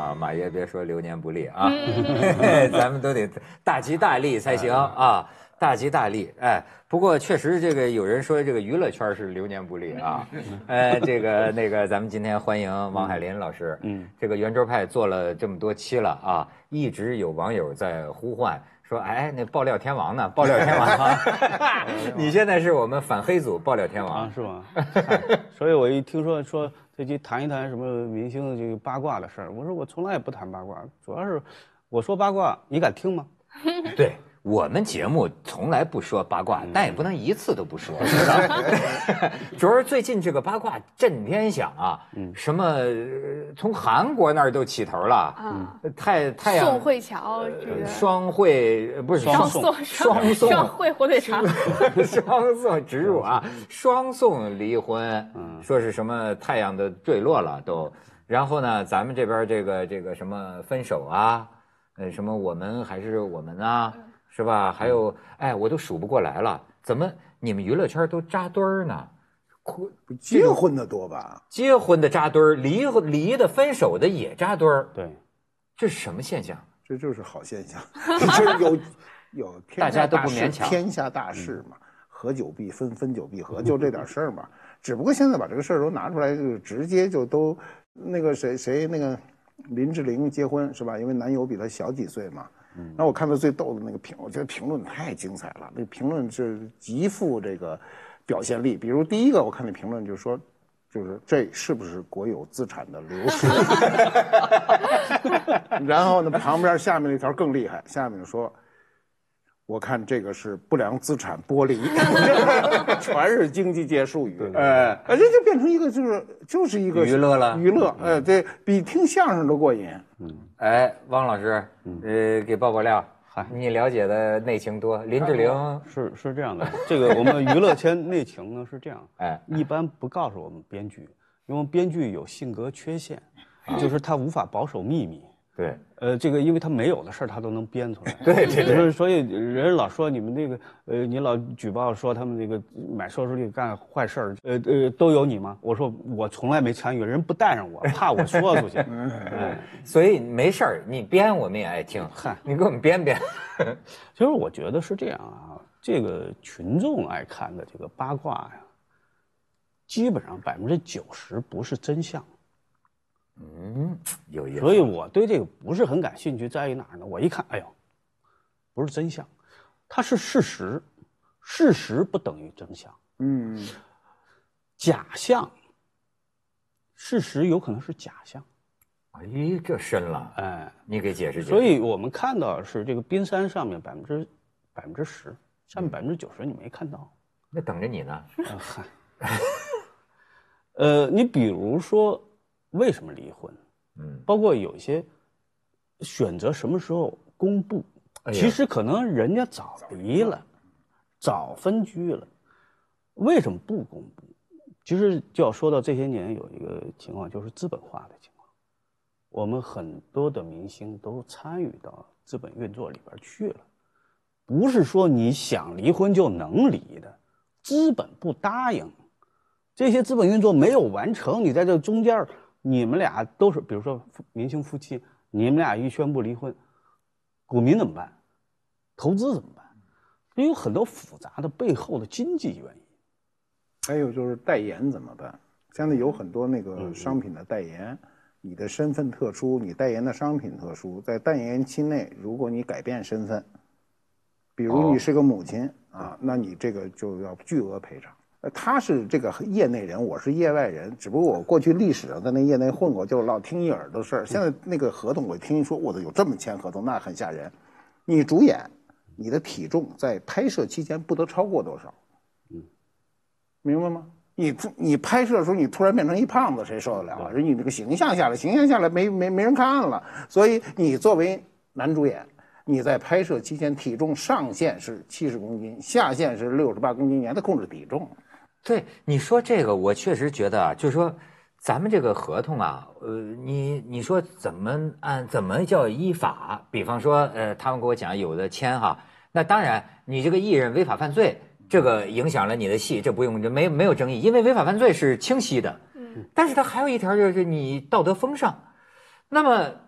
啊，马爷别说流年不利啊，咱们都得大吉大利才行啊，大吉大利。哎，不过确实这个有人说这个娱乐圈是流年不利啊，这个那个咱们今天欢迎王海林老师，这个圆桌派做了这么多期了啊，一直有网友在呼唤。说哎，那爆料天王呢？爆料天王啊！你现在是我们反黑组爆料天王啊，是吗？所以我一听说这期谈一谈什么明星的这个八卦的事儿，我说我从来也不谈八卦，主要是我说八卦，你敢听吗？ 对。我们节目从来不说八卦，但也不能一次都不说，是吧？主要是最近这个八卦震天响啊，什么从韩国那儿都起头了啊，太阳宋慧乔这个双汇不是双汇火腿肠， 双宋植入啊，双宋离婚，说是什么太阳的坠落了都，然后呢，咱们这边这个什么分手啊，什么我们还是我们啊。是吧？还有，哎，我都数不过来了。怎么你们娱乐圈都扎堆儿呢？ 结婚的多吧？ 结婚的扎堆儿，离的、分手的也扎堆儿。 对， 这是什么现象？ 这就是好现象。就是有大家都不勉强， 天下大事嘛，合久必分，分久必合，就这点事儿嘛。只不过现在把这个事儿都拿出来，就直接就都那个谁那个林志玲结婚是吧？因为男友比她小几岁嘛。然后我看到最逗的那个我觉得评论太精彩了。那个评论是极富这个表现力。比如第一个，我看那评论就说，就是这是不是国有资产的流失？然后呢，旁边下面那条更厉害，下面说，我看这个是不良资产剥离，全是经济界术语。这就变成一个就是一个娱乐了， 娱乐。对比听相声都过瘾。 哎，汪老师，给爆料，你了解的内情多。林志玲是这样的，这个我们娱乐圈内情呢是这样，一般不告诉我们编剧，因为编剧有性格缺陷，就是他无法保守秘密。 对， 这个因为他没有的事儿他都能编出来。 对， 所以人老说你们那个你老举报说他们那个买收视率干坏事儿，都有你吗？我说我从来没参与，人不带上我，怕我说出去。 所以没事儿，你编我们也爱听。你给我们编编。 其实我觉得是这样啊，这个群众爱看的这个八卦呀，基本上90%不是真相。 有意思。 所以我对这个不是很感兴趣，在于哪儿呢？我一看，哎呦，不是真相，它是事实，事实不等于真相。假象，事实有可能是假象。 哎，这深了。哎，你给解释解释。 所以我们看到是这个冰山上面10%，下面90%你没看到。 那等着你呢。 你比如说。为什么离婚？包括有一些选择什么时候公布，其实可能人家早离了，早分居了，为什么不公布？其实就要说到这些年有一个情况，就是资本化的情况。我们很多的明星都参与到资本运作里边去了，不是说你想离婚就能离的，资本不答应，这些资本运作没有完成，你在这中间。你们俩都是，比如说明星夫妻，你们俩一宣布离婚，股民怎么办？投资怎么办？有很多复杂的背后的经济原因。 还有就是代言怎么办？现在有很多那个商品的代言，你的身份特殊，你代言的商品特殊，在代言期内，如果你改变身份，比如你是个母亲啊，那你这个就要巨额赔偿。他是这个业内人，我是业外人，只不过我过去历史上在那业内混过，就老听一耳朵事儿。现在那个合同，我听说我有这么签合同，那很吓人。你主演，你的体重在拍摄期间不得超过多少？明白吗？你拍摄的时候，你突然变成一胖子，谁受得了啊？你这个形象下来，没人看了。所以你作为男主演。你在拍摄期间体重上限是70公斤，下限是68公斤，你还得控制体重。 对，你说这个，我确实觉得啊，就是说，咱们这个合同啊，你说怎么叫依法？比方说，他们给我讲有的签哈，那当然，你这个艺人违法犯罪，这个影响了你的戏，这不用没有争议，因为违法犯罪是清晰的。但是它还有一条就是你道德风尚，那么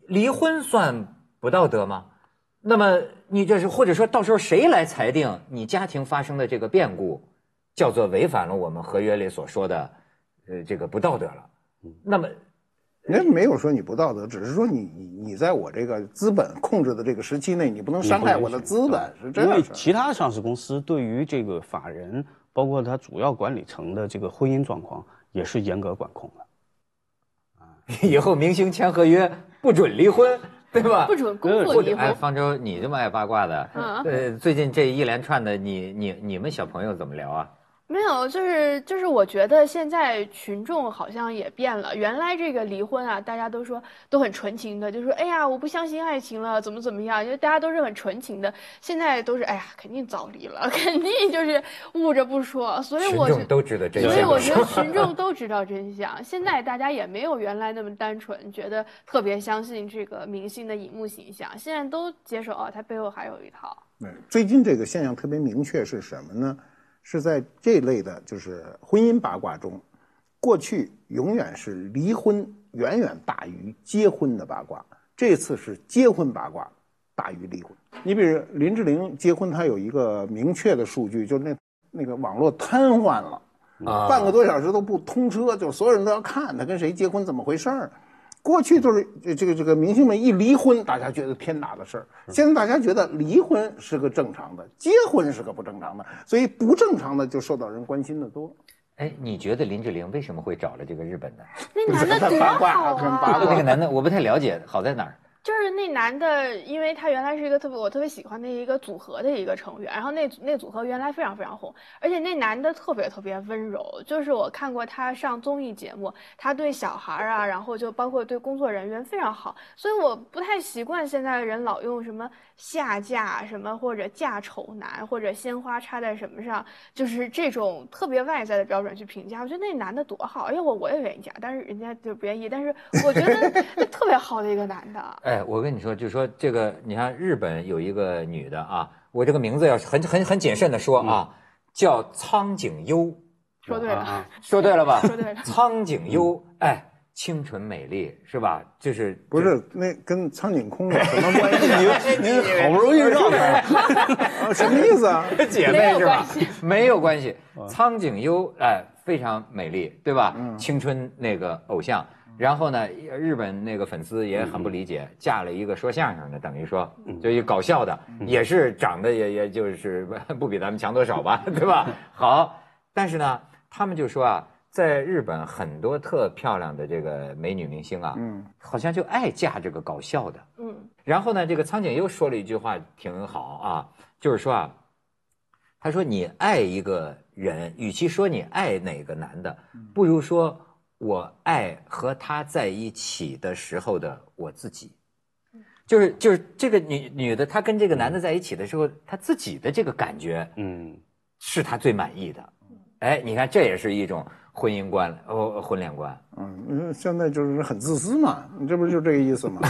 离婚算不道德吗？那么你这是或者说到时候谁来裁定你家庭发生的这个变故叫做违反了我们合约里所说的这个不道德了？那么人没有说你不道德，只是说你在我这个资本控制的这个时期内，你不能伤害我的资本，是这样。 因为其他上市公司对于这个法人，包括它主要管理层的这个婚姻状况，也是严格管控的。 以后明星签合约不准离婚，对吧？ 不准工作离婚。 哎，方舟，你这么爱八卦的，最近这一连串的，你们小朋友怎么聊啊？ 没有，就是我觉得现在群众好像也变了。原来这个离婚啊，大家都说都很纯情的，就说哎呀，我不相信爱情了，怎么样？因为大家都是很纯情的。现在都是哎呀，肯定早离了，肯定就是捂着不说。所以我群众都知道真相。 所以我觉得群众都知道真相。现在大家也没有原来那么单纯，觉得特别相信这个明星的荧幕形象。现在都接受他背后还有一套。 对，最近这个现象特别明确是什么呢？是在这类的，就是婚姻八卦中，过去永远是离婚远远大于结婚的八卦，这次是结婚八卦大于离婚。你比如林志玲结婚，她有一个明确的数据，就是那个网络瘫痪了，半个多小时都不通车，就所有人都要看她跟谁结婚，怎么回事儿。过去都是这个明星们一离婚，大家觉得天大的事儿。现在大家觉得离婚是个正常的，结婚是个不正常的，所以不正常的就受到人关心的多。 哎，你觉得林志玲为什么会找了这个日本的？ 那男的多好啊！ 那个男的我不太了解，好在哪儿？ 就是那男的，因为他原来是一个我特别喜欢的一个组合的一个成员，然后那组合原来非常非常红，而且那男的特别特别温柔，就是我看过他上综艺节目，他对小孩啊，然后就包括对工作人员非常好，所以我不太习惯现在的人老用什么下嫁什么或者嫁丑男或者鲜花插在什么上，就是这种特别外在的标准去评价。我觉得那男的多好，而且我也愿意嫁，但是人家就不愿意，但是我觉得特别好的一个男的。 哎，我跟你说，就是说这个，你看日本有一个女的啊，我这个名字要很谨慎的说啊，叫苍井优。 说对了， 说对了吧？ 说对了。 苍井优，哎，清纯美丽是吧？就是不是那跟苍井空有什么关系？ 你好不容易绕来， 什么意思啊？ 姐妹是吧？没有关系。苍井优，哎，非常美丽，对吧？青春那个偶像。然后呢，日本那个粉丝也很不理解，嫁了一个说相声的，等于说就一搞笑的，也是长得也就是不比咱们强多少吧，对吧？好，但是呢，他们就说啊，在日本很多特漂亮的这个美女明星啊，好像就爱嫁这个搞笑的，然后呢，这个苍井优说了一句话挺好啊，就是说啊，他说你爱一个人，与其说你爱哪个男的，不如说我爱和他在一起的时候的我自己，就是这个女的，她跟这个男的在一起的时候，她自己的这个感觉，是她最满意的。哎，你看这也是一种婚姻观婚恋观。 现在就是很自私嘛，你这不就这个意思吗？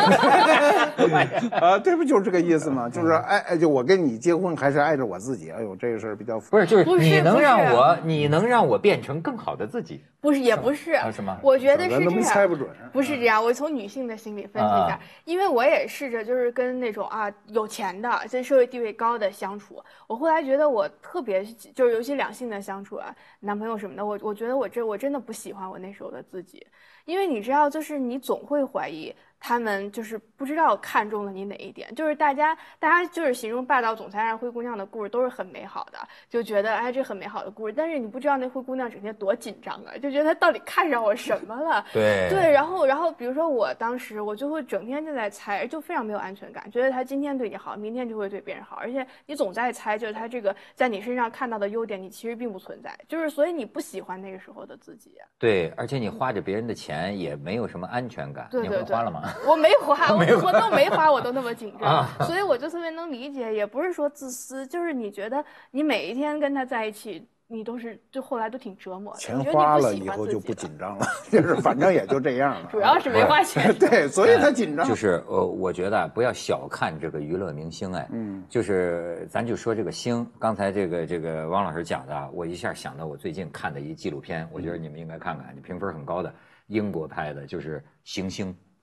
啊，这不就是这个意思吗？就是哎，就我跟你结婚还是爱着我自己。哎呦，这个事儿比较不是，就是你能让我变成更好的自己。 不是，也不是， 什么？ 我觉得是这样， 猜不准。 不是这样，我从女性的心理分析一下，因为我也试着就是跟那种有钱的、在社会地位高的相处，我后来觉得我特别就是尤其两性的相处啊，男朋友什么的，我觉得我真的不喜欢我那时候的自己，因为你知道，就是你总会怀疑。他们就是不知道看中了你哪一点，就是大家就是形容霸道总裁让灰姑娘的故事都是很美好的，就觉得哎这很美好的故事，但是你不知道那灰姑娘整天多紧张啊，就觉得她到底看上我什么了？对，然后比如说我当时我就会整天就在猜，就非常没有安全感，觉得他今天对你好，明天就会对别人好，而且你总在猜，就是他这个在你身上看到的优点，你其实并不存在，就是所以你不喜欢那个时候的自己。 对，而且你花着别人的钱也没有什么安全感。 对， 你会花了吗？ 我没花，我都没花，我都那么紧张，所以我就特别能理解，也不是说自私，就是你觉得你每一天跟他在一起，你都是就后来都挺折磨的。 钱花了以后就不紧张了，就是反正也就这样了。 主要是没花钱。 对，所以他紧张。 就是我觉得不要小看这个娱乐明星，哎，就是咱就说这个星，刚才这个王老师讲的，我一下想到我最近看的一纪录片，我觉得你们应该看看，评分很高的，英国拍的，就是行星。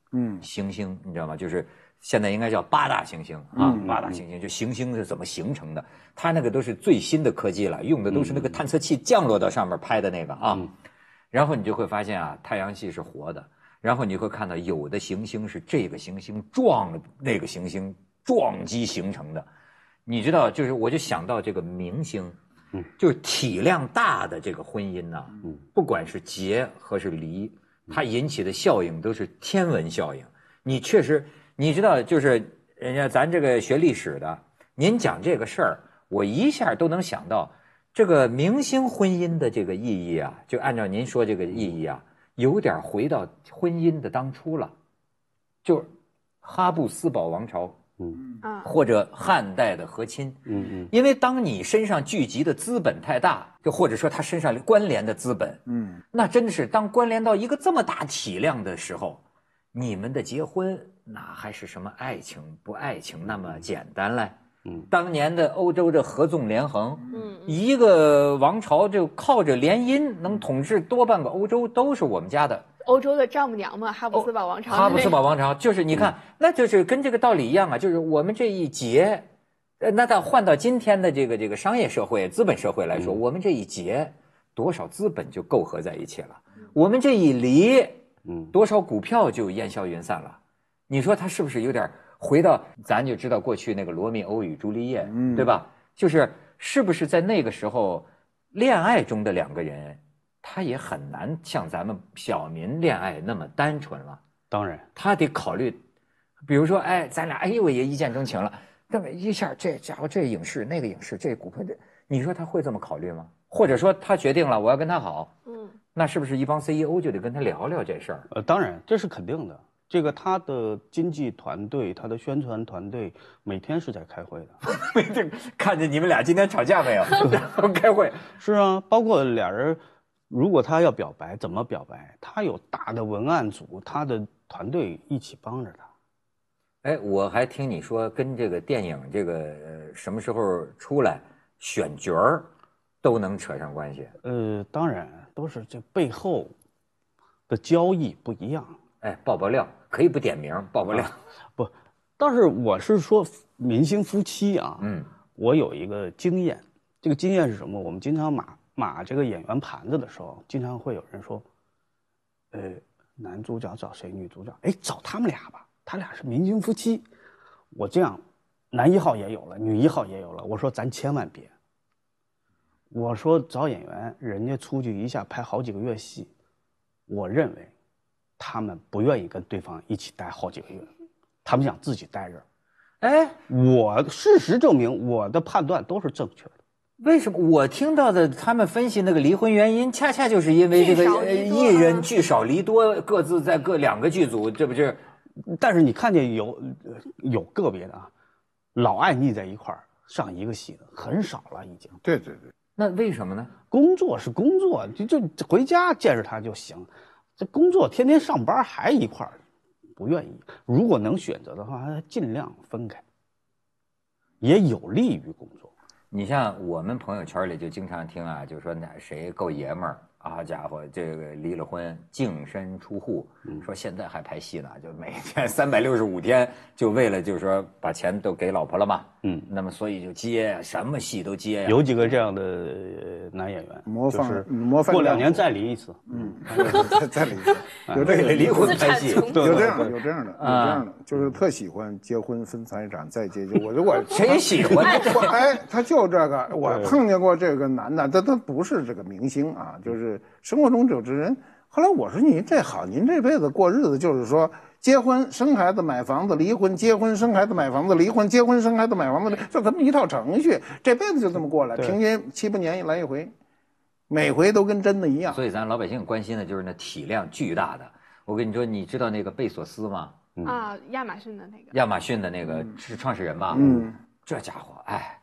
行星，你知道吗？就是现在应该叫8大行星啊，8大行星，就行星是怎么形成的？它那个都是最新的科技了，用的都是那个探测器降落到上面拍的那个啊。然后你就会发现啊，太阳系是活的，然后你会看到有的行星是这个行星撞那个行星撞击形成的。你知道，就是我就想到这个冥星，就是体量大的这个婚姻呐，不管是结和是离，它引起的效应都是天文效应。你确实，你知道，就是人家咱这个学历史的，您讲这个事儿，我一下都能想到这个明星婚姻的这个意义啊，就按照您说这个意义啊，有点回到婚姻的当初了，就哈布斯堡王朝。或者汉代的和亲，因为当你身上聚集的资本太大，就或者说他身上关联的资本，那真的是当关联到一个这么大体量的时候，你们的结婚哪还是什么爱情不爱情那么简单嘞？当年的欧洲的合纵连横，一个王朝就靠着联姻能统治多半个欧洲，都是我们家的。 欧洲的丈母娘嘛，哈布斯堡王朝。 哈布斯堡王朝就是你看，那就是跟这个道理一样啊，就是我们这一结，那到换到今天的这个商业社会、资本社会来说，我们这一结，多少资本就媾合在一起了；我们这一离，多少股票就烟消云散了。你说他是不是有点回到咱就知道过去那个罗密欧与朱丽叶，对吧？就是是不是在那个时候，恋爱中的2个人。他也很难像咱们小民恋爱那么单纯了。 当然， 他得考虑，比如说，哎，咱俩，哎呦，我也一见钟情了，这么一下，这家伙这影视那个影视这股份，你说他会这么考虑吗？或者说他决定了我要跟他好，那是不是一帮 CEO 就得跟他聊聊这事儿？ 当然，这是肯定的。这个他的经纪团队、他的宣传团队每天是在开会的。 看见你们俩今天吵架没有？然后开会。 是啊，包括俩人。如果他要表白，怎么表白？他有大的文案组，他的团队一起帮着他。 哎，我还听你说跟这个电影这个什么时候出来选角儿都能扯上关系。 当然都是这背后的交易不一样。 哎，爆料可以不点名，爆料不。但是我是说明星夫妻啊，我有一个经验，这个经验是什么？我们经常码这个演员盘子的时候，经常会有人说，男主角找谁，女主角，哎，找他们俩吧，他俩是明星夫妻。我这样，男1号也有了，女1号也有了。我说咱千万别。我说找演员，人家出去一下拍好几个月戏，我认为他们不愿意跟对方一起待好几个月，他们想自己待着。哎，我事实证明我的判断都是正确的。 为什么我听到的他们分析那个离婚原因，恰恰就是因为这个艺人聚少离多，各自在2个剧组，这不是？ 但是你看见有个别的啊，老爱腻在一块儿上一个戏的很少了，已经。 对。 那为什么呢？ 工作是工作，就回家见着他就行。这工作天天上班还一块儿，不愿意。如果能选择的话，尽量分开，也有利于工作。 你像我们朋友圈里就经常听啊，就说哪谁够爷们儿啊，家伙这个离了婚净身出户，说现在还拍戏呢，就每天365天，就为了就是说把钱都给老婆了嘛，那么所以就接什么戏都接呀。 有几个这样的男演员， 模范过2年再离一次， 再离一次，有这个离婚拍戏， 有这样的，就是特喜欢结婚分财产再结婚。我谁喜欢？ 哎，他就这个，我碰见过这个男的，他不是这个明星啊，就是生活中有这人。后来我说您这好，您这辈子过日子就是说结婚生孩子买房子离婚，结婚生孩子买房子离婚，结婚生孩子买房子，就这么一套程序，这辈子就这么过来，平均7、8年来一回，每回都跟真的一样。 所以咱老百姓关心的就是那体量巨大的。我跟你说，你知道那个贝索斯吗？ 啊，亚马逊的那个。 亚马逊的那个是创始人吧？这家伙，哎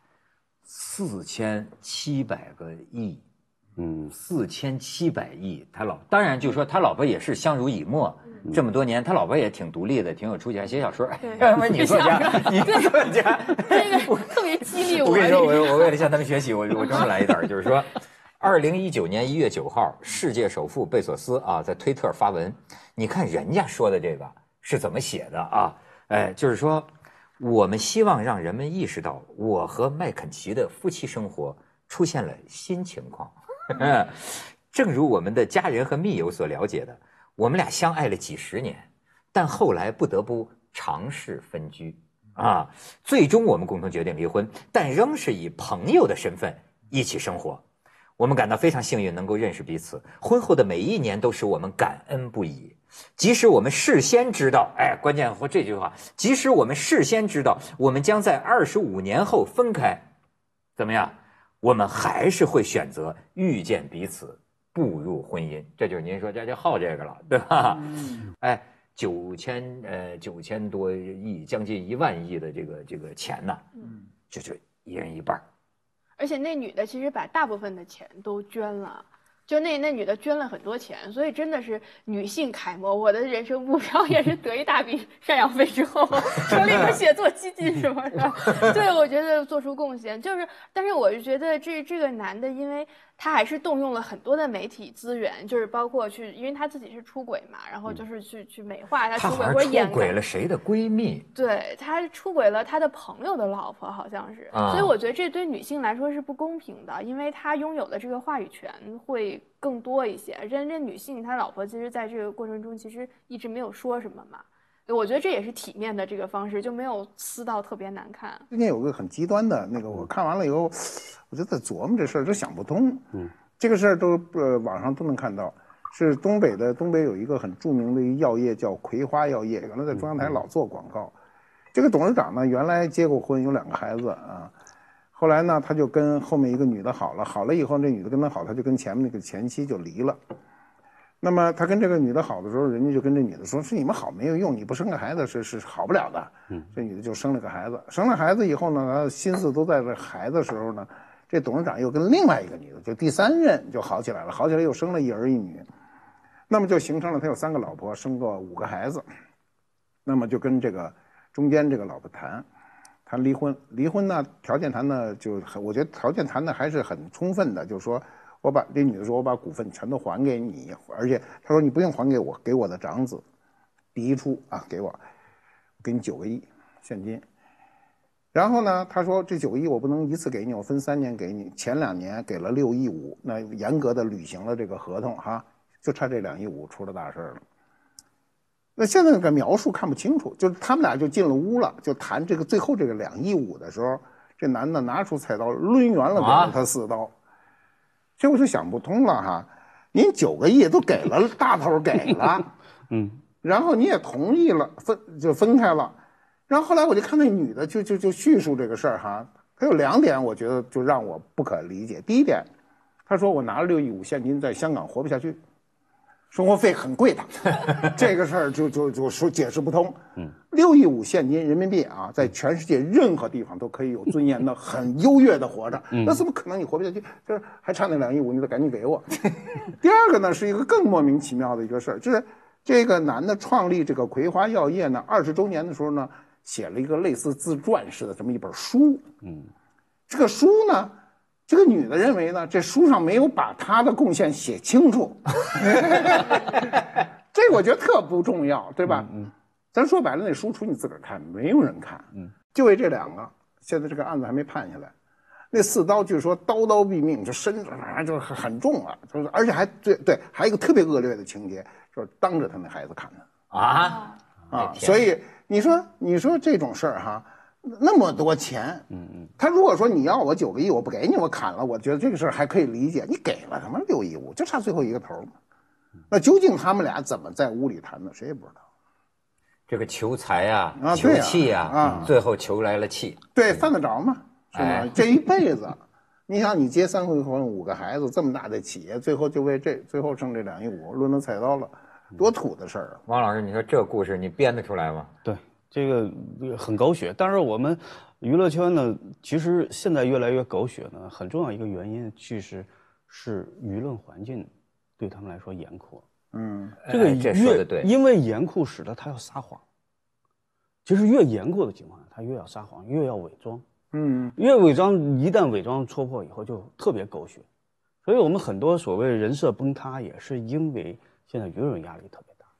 ，4700个亿。4700亿，当然就说他老婆也是相濡以沫，这么多年，他老婆也挺独立的，挺有出息，还写小说。要不然你作家，你作家， 这个特别激励我。 我跟你说，我为了向他们学习，我专门来一段，就是说，2019年1月9号，世界首富贝索斯啊，在推特发文，你看人家说的这个是怎么写的啊？就是说，我们希望让人们意识到，我和麦肯齐的夫妻生活出现了新情况。正如我们的家人和密友所了解的，我们俩相爱了几十年，但后来不得不尝试分居啊。最终我们共同决定离婚，但仍是以朋友的身份一起生活。我们感到非常幸运，能够认识彼此。婚后的每一年都使我们感恩不已。即使我们事先知道，关键和这句话，即使我们事先知道我们将在25年后分开，怎么样？我们还是会选择遇见彼此，步入婚姻。这就是您说这就好这个了，对吧？9000多亿，将近1万亿的这个钱呢，就一人一半。 而且那女的其实把大部分的钱都捐了，就那女的捐了很多钱，所以真的是女性楷模。我的人生目标也是得一大笔赡养费之后成立一个写作基金什么的。对，我觉得做出贡献就是，但是我就觉得这个男的，因为他还是动用了很多的媒体资源，就是包括去，因为他自己是出轨嘛，然后就是去美化他出轨或者掩盖。 他好像出轨了谁的闺蜜？ 对，他出轨了他的朋友的老婆，好像是。所以我觉得这对女性来说是不公平的，因为她拥有的这个话语权会更多一些。人家女性，她老婆其实在这个过程中其实一直没有说什么嘛。我觉得这也是体面的这个方式，就没有撕到特别难看。 最近有个很极端的那个，我看完了以后，我就在琢磨这事儿，就想不通。这个事儿都网上都能看到，是东北有一个很著名的一个药业叫葵花药业，原来在中央台老做广告。这个董事长呢，原来结过婚，有2个孩子啊。后来呢，他就跟后面一个女的好了以后，这女的跟他好，他就跟前面那个前妻就离了。那么他跟这个女的好的时候，人家就跟这女的说：“是你们好没有用，你不生个孩子是好不了的。”这女的就生了个孩子，生了孩子以后呢，她心思都在这孩子的时候呢，这董事长又跟另外一个女的，就第3任就好起来了，好起来又生了1儿1女，那么就形成了他有3个老婆，生过5个孩子，那么就跟这个中间这个老婆谈离婚呢，条件谈的我觉得条件谈的还是很充分的，就是说。这女的说：“我把股份全都还给你，而且她说你不用还给我，给我的长子，第一出啊，给你9个亿现金。然后呢，她说这9个亿我不能一次给你，我分3年给你，前2年给了6亿5，那严格的履行了这个合同哈，就差这2亿5出了大事了。那现在这个描述看不清楚，就是他们俩就进了屋了，就谈这个最后这个2亿5的时候，这男的拿出菜刀抡圆了给了他4刀。这我就想不通了哈，您9个亿都给了，大头给了，然后你也同意了，分开了，然后后来我就看那女的就叙述这个事儿哈，她有2点我觉得就让我不可理解。第一点，她说我拿了6亿5现金在香港活不下去，生活费很贵的，这个事儿就说解释不通。6亿5现金人民币啊，在全世界任何地方都可以有尊严的、很优越的活着，那怎么可能你活不下去？就是还差那2亿5，你得赶紧给我。第二个呢，是一个更莫名其妙的一个事儿，就是这个男的创立这个葵花药业呢，20周年的时候呢，写了一个类似自传式的这么一本书。这个书呢。这个女的认为呢，这书上没有把她的贡献写清楚，这我觉得特不重要，对吧？咱说白了，那书除你自个儿看，没有人看。就为这2个，现在这个案子还没判下来。那4刀据说刀刀毙命，就身就很重了，就是而且还对，还有一个特别恶劣的情节，就是当着他那孩子砍的所以你说这种事儿哈。那么多钱，他如果说你要我9个亿，我不给你，我砍了，我觉得这个事儿还可以理解。你给了他妈6亿5，就差最后一个头嘛。那究竟他们俩怎么在屋里谈的，谁也不知道。 这个求财求气最后求来了气， 对，犯得着吗？是吧？这一辈子，你想你结3回婚，5个孩子，这么大的企业，最后就为最后剩这2亿5，抡了菜刀了，多土的事儿啊！ 王老师，你说这故事你编得出来吗？ 对。这个很狗血，但是我们娱乐圈呢，其实现在越来越狗血呢，很重要一个原因其实是舆论环境对他们来说严酷。这个这说的对， 因为严酷使得他要撒谎。其实越严酷的情况下，他越要撒谎，越要伪装。越伪装，一旦伪装戳破以后，就特别狗血。所以我们很多所谓人设崩塌，也是因为现在舆论压力特别大。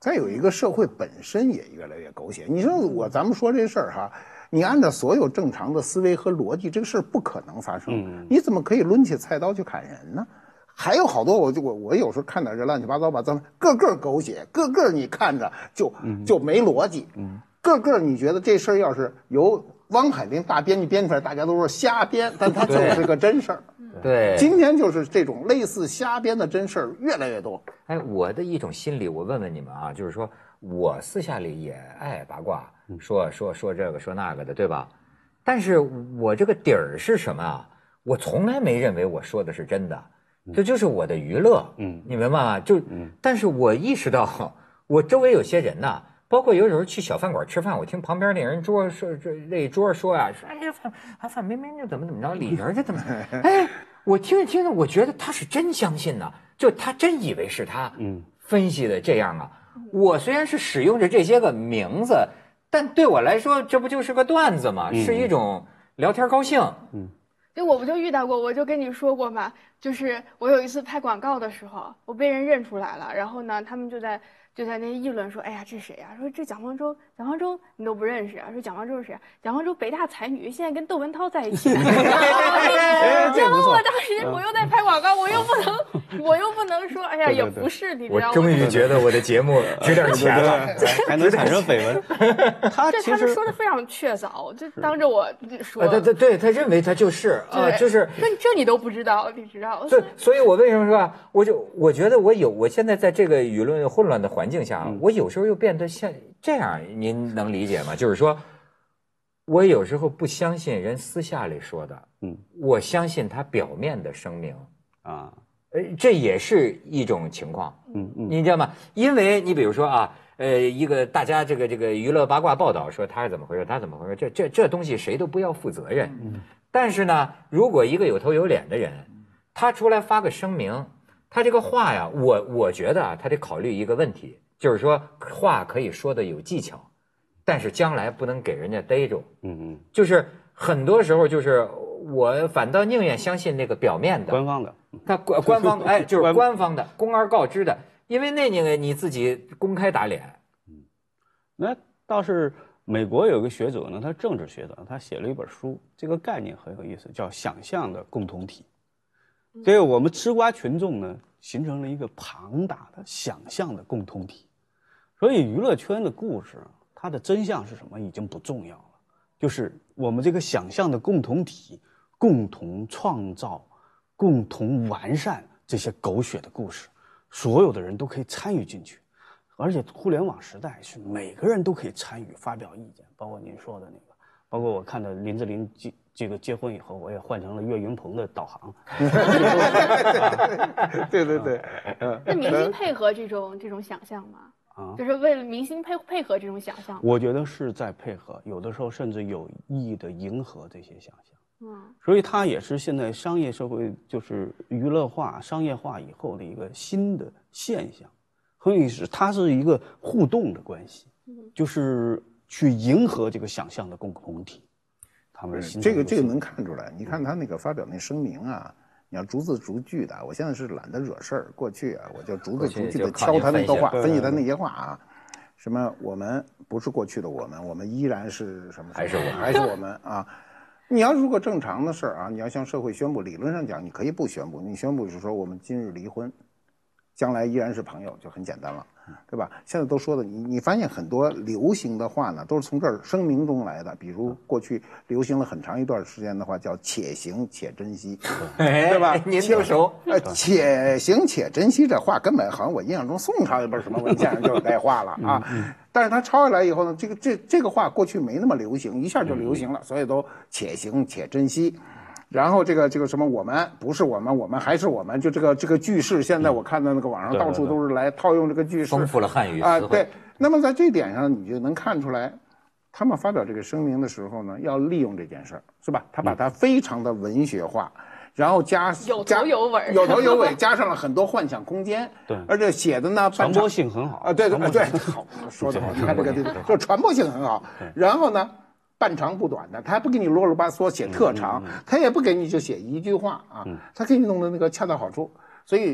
再有一个社会本身也越来越狗血。你说咱们说这事儿哈，你按照所有正常的思维和逻辑，这个事儿不可能发生。你怎么可以抡起菜刀去砍人呢？还有好多我有时候看点这乱七八糟吧，咱们个个狗血，个个你看着就没逻辑，个个你觉得这事儿要是由汪海林大编辑编出来，大家都说瞎编，但它就是个真事儿。 对， 今天就是这种类似瞎编的真事儿越来越多。 哎，我的一种心理，我问问你们啊，就是说我私下里也爱八卦，说这个说那个的，对吧？但是我这个底儿是什么啊？我从来没认为我说的是真的，这就是我的娱乐，你明白吗？但是我意识到，我周围有些人呐，包括有时候去小饭馆吃饭，我听旁边那人说那桌说啊，说哎这范冰冰就怎么着，李仁这怎么，哎，我听着听着，我觉得他是真相信呢，就他真以为是他分析的这样啊。我虽然是使用着这些个名字，但对我来说，这不就是个段子吗？是一种聊天高兴。 对，我不就遇到过，我就跟你说过嘛，就是我有一次拍广告的时候，我被人认出来了，然后呢，他们就在那议论说，哎呀，这谁呀？说这蒋方舟你都不认识啊？说蒋方舟是谁啊？蒋方舟北大才女，现在跟窦文涛在一起。然后我当时我又在拍广告，我又不能说，哎呀，也不是，你知道吗？ 我终于觉得我的节目值点钱了， 还能产生绯闻。 他们说的非常确凿，就当着我说。 对，他认为他就是啊，就是这你都不知道，你知道？ 对，所以我为什么说啊？我觉得我现在在这个舆论混乱的环境下，我有时候又变得像这样，您能理解吗？就是说，我有时候不相信人私下里说的，我相信他表面的声明啊，这也是一种情况，你知道吗？因为你比如说啊，一个大家这个娱乐八卦报道说他是怎么回事，他怎么回事，这东西谁都不要负责任。但是呢，如果一个有头有脸的人，他出来发个声明，他这个话呀，我觉得啊，他得考虑一个问题。就是说，话可以说的有技巧，但是将来不能给人家逮住。就是很多时候，就是我反倒宁愿相信那个表面的、 官方的， 他官方哎，就是官方的、公而告之的，因为那个你自己公开打脸。 那倒是美国有个学者呢，他政治学者，他写了一本书，这个概念很有意思，叫想象的共同体。所以我们吃瓜群众呢，形成了一个庞大的想象的共同体。所以娱乐圈的故事，它的真相是什么已经不重要了，就是我们这个想象的共同体共同创造、共同完善这些狗血的故事，所有的人都可以参与进去。而且互联网时代是每个人都可以参与发表意见，包括您说的那个，包括我看到林志玲这个结婚以后，我也换成了岳云鹏的导航。 对。 那明星配合这种想象吗？就是为了明星配合这种想象。 我觉得是在配合，有的时候甚至有意的迎合这些想象。所以它也是现在商业社会就是娱乐化、商业化以后的一个新的现象。很有意思，它是一个互动的关系，就是去迎合这个想象的共同体。他们这个能看出来。你看他那个发表那声明啊，你要逐字逐句的。我现在是懒得惹事儿，过去啊，我就逐字逐句的敲他那个话，分析他那些话啊。什么我们不是过去的我们依然是什么？还是我们啊。你要如果正常的事儿啊，你要向社会宣布，理论上讲你可以不宣布，你宣布是说我们今日离婚，将来依然是朋友，就很简单了，对吧？现在都说的，你发现很多流行的话呢，都是从这儿声明中来的。比如过去流行了很长一段时间的话，叫“且行且珍惜”，对吧？ 您就熟。 且行且珍惜这话，根本好像我印象中宋朝也不是什么文献上就有这话了啊。但是他抄下来以后呢，这个话过去没那么流行，一下就流行了，所以都且行且珍惜。然后这个什么我们不是我们还是我们，就这个句式，现在我看到那个网上到处都是来套用这个句式， 丰富了汉语啊。对，那么在这点上你就能看出来，他们发表这个声明的时候呢，要利用这件事儿，是吧？他把它非常的文学化，然后有头有尾，加上了很多幻想空间。 对， 而且写的呢， 传播性很好啊。对，好说的好，你看这个就传播性很好。然后呢，半长不短的，他还不给你啰啰巴嗦写特长，他也不给你就写一句话啊，他给你弄的那个恰到好处。所以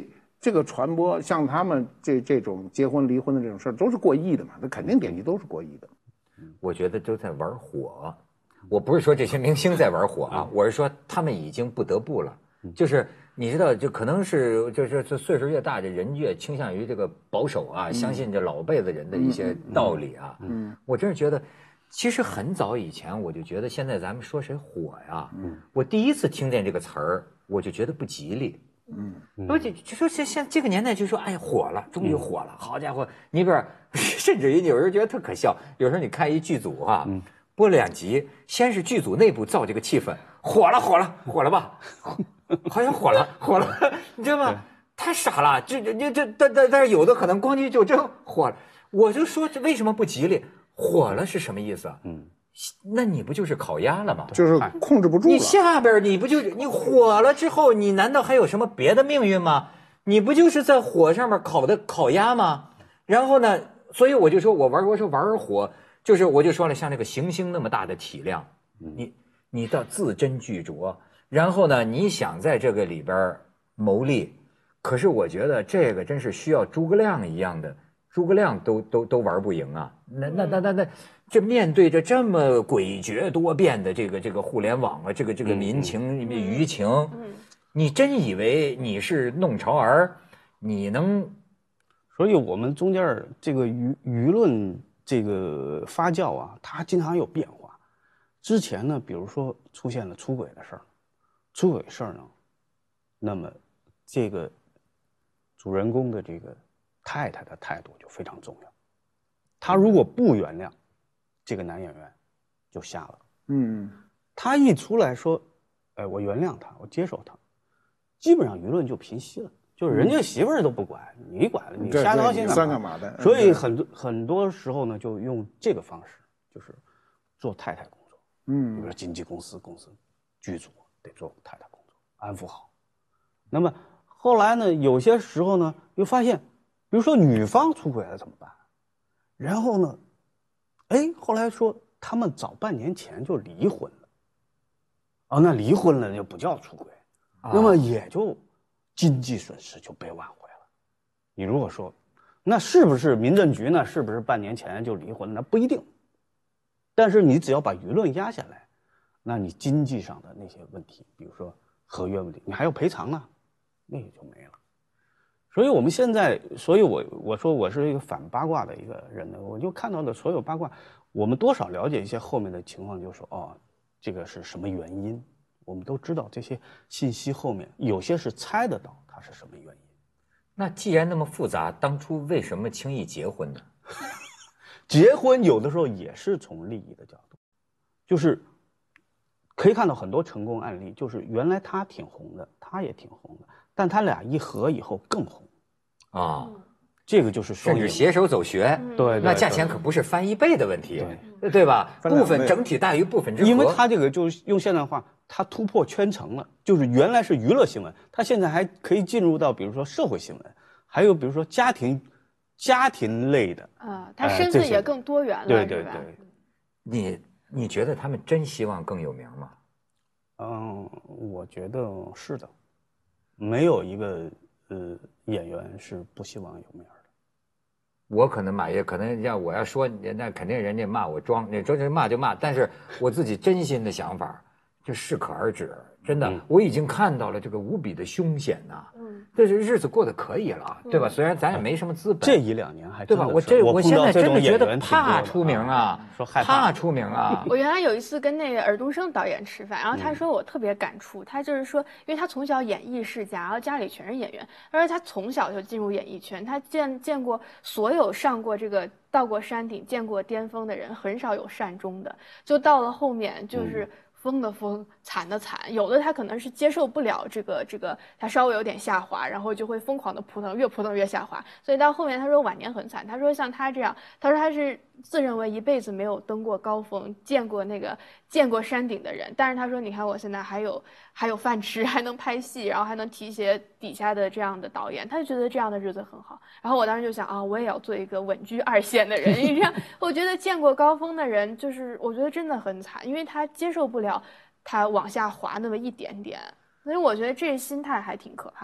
这个传播，像他们这种结婚离婚的这种事儿，都是过亿的嘛，那肯定点击都是过亿的。 我觉得都在玩火。我不是说这些明星在玩火啊，我是说他们已经不得不了。就是你知道，就可能是就是岁数越大，这人越倾向于这个保守啊，相信这老辈子人的一些道理啊。我真是觉得，其实很早以前我就觉得，现在咱们说谁火呀，我第一次听见这个词儿，我就觉得不吉利。说就说现这个年代就说哎火了，终于火了，好家伙！你比如甚至于有时候觉得特可笑，有时候你看一剧组啊，播了2集，先是剧组内部造这个气氛，火了吧，好像火了，你知道吗？太傻了，但是有的可能咣叽就真火了，我就说这为什么不吉利？火了是什么意思啊？那你不就是烤鸭了吗？ 就是控制不住了。 你下边你不就是你火了之后，你难道还有什么别的命运吗？你不就是在火上面烤鸭吗？然后呢，所以我就说我说玩火，就是我就说了，像那个行星那么大的体量，你的字斟句酌，然后呢，你想在这个里边谋利，可是我觉得这个真是需要诸葛亮一样的，诸葛亮都玩不赢啊。那这面对着这么诡谲多变的这个互联网啊，这个民情舆情，你真以为你是弄潮儿，你能？ 所以我们中间这个舆论这个发酵啊，它经常有变化。之前呢，比如说出现了出轨的事儿，呢，那么这个主人公的这个太太的态度就非常重要。他如果不原谅这个男演员，就下了。他一出来说，我原谅他，我接受他，基本上舆论就平息了。就是人家媳妇儿都不管，你管了，你瞎操心干嘛的？ 所以很多时候呢，就用这个方式，就是做太太工作。比如说经纪公司剧组得做太太工作，安抚好。那么后来呢，有些时候呢，又发现，比如说女方出轨了怎么办？然后呢，后来说他们早半年前就离婚了。那离婚了就不叫出轨，那么也就经济损失就被挽回了。你如果说，那是不是民政局呢？是不是半年前就离婚了？那不一定。但是你只要把舆论压下来，那你经济上的那些问题，比如说合约问题，你还要赔偿呢，那也就没了。所以我们现在，所以我说我是一个反八卦的一个人呢，我就看到的所有八卦，我们多少了解一些后面的情况，就说这个是什么原因，我们都知道这些信息后面有些是猜得到它是什么原因。 那既然那么复杂，当初为什么轻易结婚呢？ 结婚有的时候也是从利益的角度，就是可以看到很多成功案例，就是原来他挺红的，他也挺红的，但他俩一合以后更红啊。这个就是甚至携手走学， 对， 那价钱可不是翻1倍的问题，对吧？部分整体大于部分之和。 因为他这个就是用现代话，他突破圈层了，就是原来是娱乐新闻，他现在还可以进入到比如说社会新闻，还有比如说家庭类的他身份也更多元了， 对。 你觉得他们真希望更有名吗？ 我觉得是的，没有一个演员是不希望有名的。 我可能可能我要说，那肯定人家骂我装，那说骂就骂，但是我自己真心的想法就适可而止。真的，我已经看到了这个无比的凶险呐。这日子过得可以了，对吧？虽然咱也没什么资本， 这1-2年还对吧？我现在真的觉得怕出名啊，怕出名啊。 我原来有一次跟那个尔冬升导演吃饭，然后他说我特别感触，他就是说，因为他从小演艺世家，然后家里全是演员，而且他从小就进入演艺圈，他见过所有上过这个到过山顶、见过巅峰的人，很少有善终的，就到了后面就是疯的疯，惨的惨，有的他可能是接受不了这个，他稍微有点下滑，然后就会疯狂的扑腾，越扑腾越下滑，所以到后面他说晚年很惨，他说像他这样，他说他是自认为一辈子没有登过高峰，见过山顶的人，但是他说你看我现在还有饭吃，还能拍戏，然后还能提携底下的这样的导演，他就觉得这样的日子很好。然后我当时就想我也要做一个稳居2线的人，因为这样我觉得见过高峰的人，就是我觉得真的很惨，因为他接受不了他往下滑那么一点点，所以我觉得这心态还挺可怕的。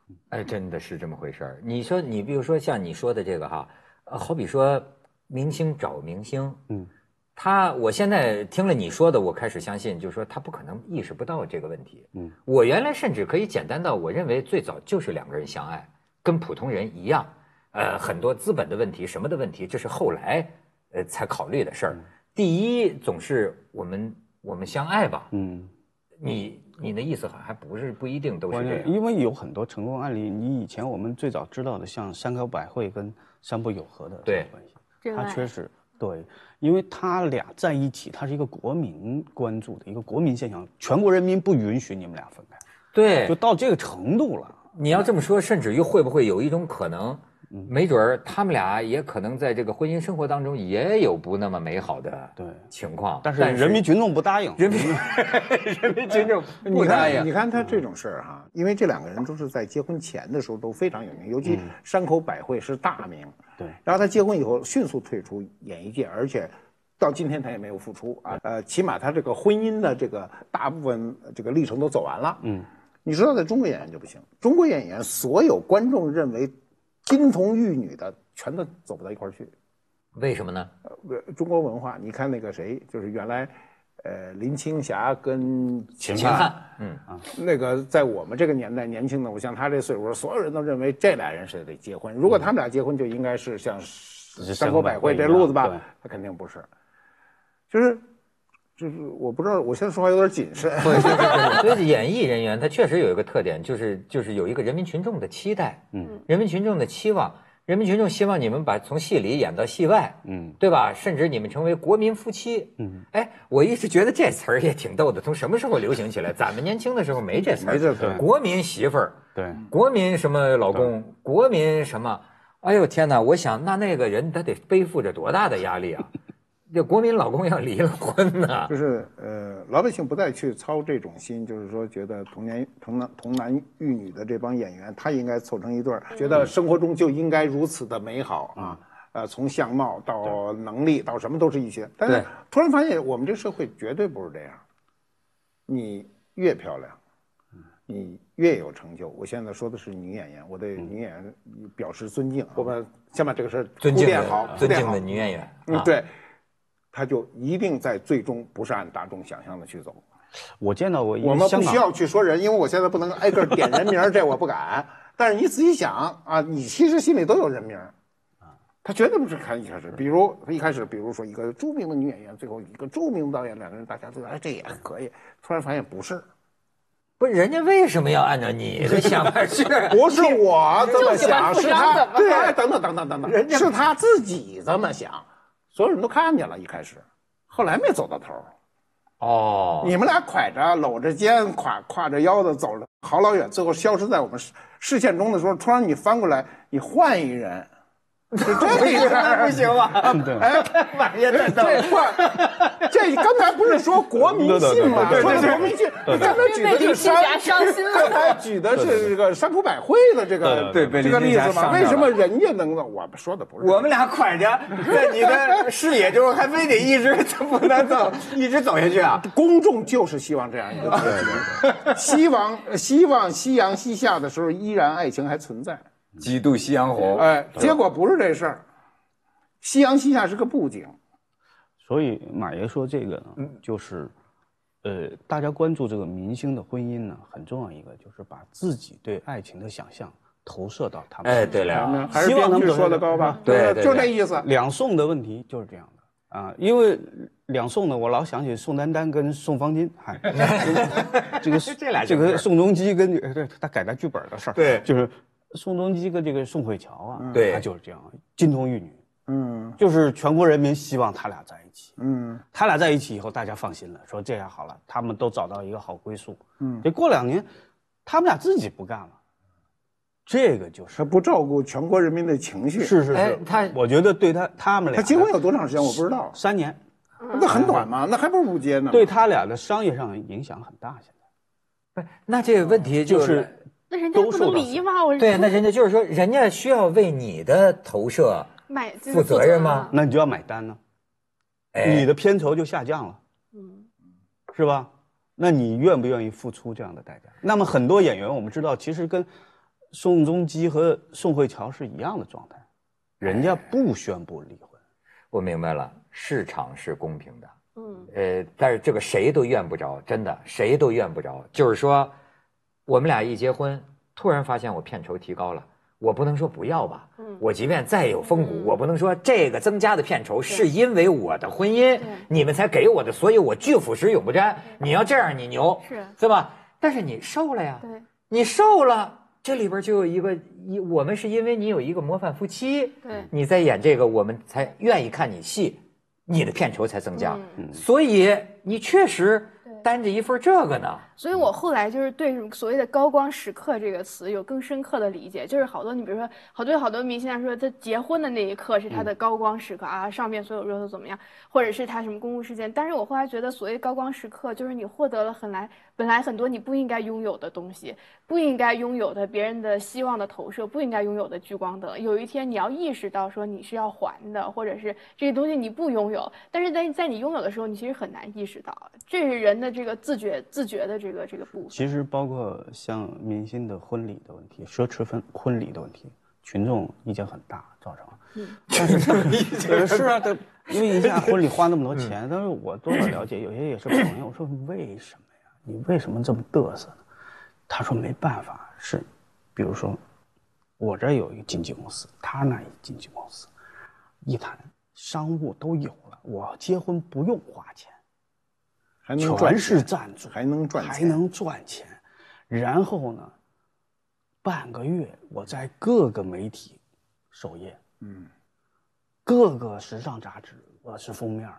哎，真的是这么回事儿。你说，你比如说像你说的这个哈，好比说明星找明星，我现在听了你说的，我开始相信，就是说他不可能意识不到这个问题。我原来甚至可以简单到，我认为最早就是2个人相爱，跟普通人一样。很多资本的问题，什么的问题，这是后来才考虑的事儿。第一，总是我们相爱吧。你的意思好像还不一定都是这样， 因为有很多成功案例，你以前我们最早知道的，像山口百惠跟山本有和的对关系，他确实对，因为他俩在一起，他是一个国民关注的一个国民现象，全国人民不允许你们俩分开， 对， 就到这个程度了。 你要这么说，甚至于会不会有一种可能？没准儿他们俩也可能在这个婚姻生活当中也有不那么美好的情况， 但是人民群众不答应， 人民群众不答应。 你看他这种事儿哈，因为这2个人都是在结婚前的时候都非常有名，尤其山口百惠是大名， 对。 然后他结婚以后迅速退出演艺界，而且到今天他也没有复出啊。起码他这个婚姻的这个大部分这个历程都走完了。你知道在中国演员就不行，中国演员所有观众认为金童玉女的全都走不到一块儿去， 为什么呢？ 中国文化，你看那个谁，就是原来，林青霞跟秦汉， 那个在我们这个年代年轻的，我像他这岁数，所有人都认为这俩人是得结婚。如果他们俩结婚，就应该是像山口百惠这路子吧？他肯定不是，就是我不知道，我现在说话有点谨慎。 所以演艺人员他确实有一个特点，就是有一个人民群众的期待，人民群众的期望，人民群众希望你们把从戏里演到戏外，对吧？甚至你们成为国民夫妻，哎，我一直觉得这词儿也挺逗的，从什么时候流行起来？咱们年轻的时候没这词儿， 没这词儿。 国民媳妇儿， 对， 国民什么老公，国民什么？哎呦天哪！我想那个人他得背负着多大的压力啊！这国民老公要离了婚呢， 就是老百姓不再去操这种心，就是说觉得童男育女的这帮演员，他应该凑成一对儿，觉得生活中就应该如此的美好啊，从相貌到能力到什么都是一些。但是突然发现我们这社会绝对不是这样，你越漂亮，你越有成就。我现在说的是女演员，我对女演员表示尊敬。我们先把这个事儿尊敬的女演员， 对。他就一定在最终不是按大众想象的去走。 我见到过， 我们不需要去说人，因为我现在不能挨个点人名，这我不敢。但是你仔细想啊，你其实心里都有人名他绝对不是看一开始，比如说一个著名的女演员，最后一个著名的导演，2个人大家都这也可以，突然发现不是。 不是人家为什么要按照你的想法去？ 不是我这么想，是他对，等，人家是他自己这么想。所有人都看见了，一开始，后来没走到头。你们俩挎着搂着肩，挎着腰的走了好老远，最后消失在我们视线中的时候，突然你翻过来，你换一人，是这样不行吗？ 哎， 晚上再这刚才不是说国民性吗？说的国民性，刚才举的是刚才举的是这个山口百惠的这个这个例子嘛？为什么人家能够？我说的不是我们俩挎着，在你的视野中还非得一直不能走，一直走下去啊？ 公众就是希望这样一个结局，希望夕阳西下的时候，依然爱情还存在。 几度夕阳红， 哎，结果不是这事儿，夕阳西下是个布景。 所以马爷说这个呢，就是大家关注这个明星的婚姻呢，很重要一个就是把自己对爱情的想象投射到他们。 哎，对了， 还是编剧说的高吧？对，就这意思。 两宋的问题就是这样的啊，因为两宋呢，我老想起宋丹丹跟宋方金，这个宋仲基跟对他改的剧本的事儿， 对， 就是宋仲基跟这个宋慧乔啊， 对， 他就是这样，金童玉女。就是全国人民希望他俩在一起。他俩在一起以后，大家放心了，说这样好了，他们都找到一个好归宿。这过2年，他们俩自己不干了，这个就是他不照顾全国人民的情绪。 是，我觉得对他们俩， 他结婚有多长时间我不知道 ，3年， 那很短嘛，那还不如不结呢。 对他俩的商业上影响很大。现在， 不，那这个问题就是那人家不能离吗？ 对，那人家就是说，人家需要为你的投射负责任吗？ 那你就要买单呢，你的片酬就下降了，是吧？那你愿不愿意付出这样的代价？那么很多演员我们知道，其实跟宋仲基和宋慧乔是一样的状态，人家不宣布离婚。 我明白了，市场是公平的。但是这个谁都怨不着，真的谁都怨不着。就是说，我们俩一结婚，突然发现我片酬提高了，我不能说不要吧。我即便再有风骨，我不能说这个增加的片酬是因为我的婚姻，你们才给我的，所以我拒腐蚀永不沾。你要这样，你牛，是吧？但是你瘦了呀，你瘦了，这里边就有我们是因为你有一个模范夫妻，你在演这个，我们才愿意看你戏。你的片酬才增加，所以你确实担着一份这个呢。 所以我后来就是对所谓的高光时刻这个词有更深刻的理解，就是好多你比如说好多明星来说他结婚的那一刻是他的高光时刻啊，上面所有热搜怎么样，或者是他什么公共事件。但是我后来觉得所谓高光时刻就是你获得了本来很多你不应该拥有的东西，不应该拥有的别人的希望的投射，不应该拥有的聚光灯，有一天你要意识到说你是要还的，或者是这些东西你不拥有，但是在你拥有的时候你其实很难意识到，这是人的这个自觉的这个部分。 其实包括像明星的婚礼的问题，奢侈婚礼的问题，群众意见很大，造成。但是是啊，因为一下婚礼花那么多钱，但是我多少了解，有些也是朋友，我说为什么呀？你为什么这么嘚瑟呢？他说没办法，是，比如说，我这有一个经纪公司，他那一经纪公司，一谈商务都有了，我结婚不用花钱。全是赞助， 还能赚钱，然后呢，半个月我在各个媒体首页，各个时尚杂志我是封面，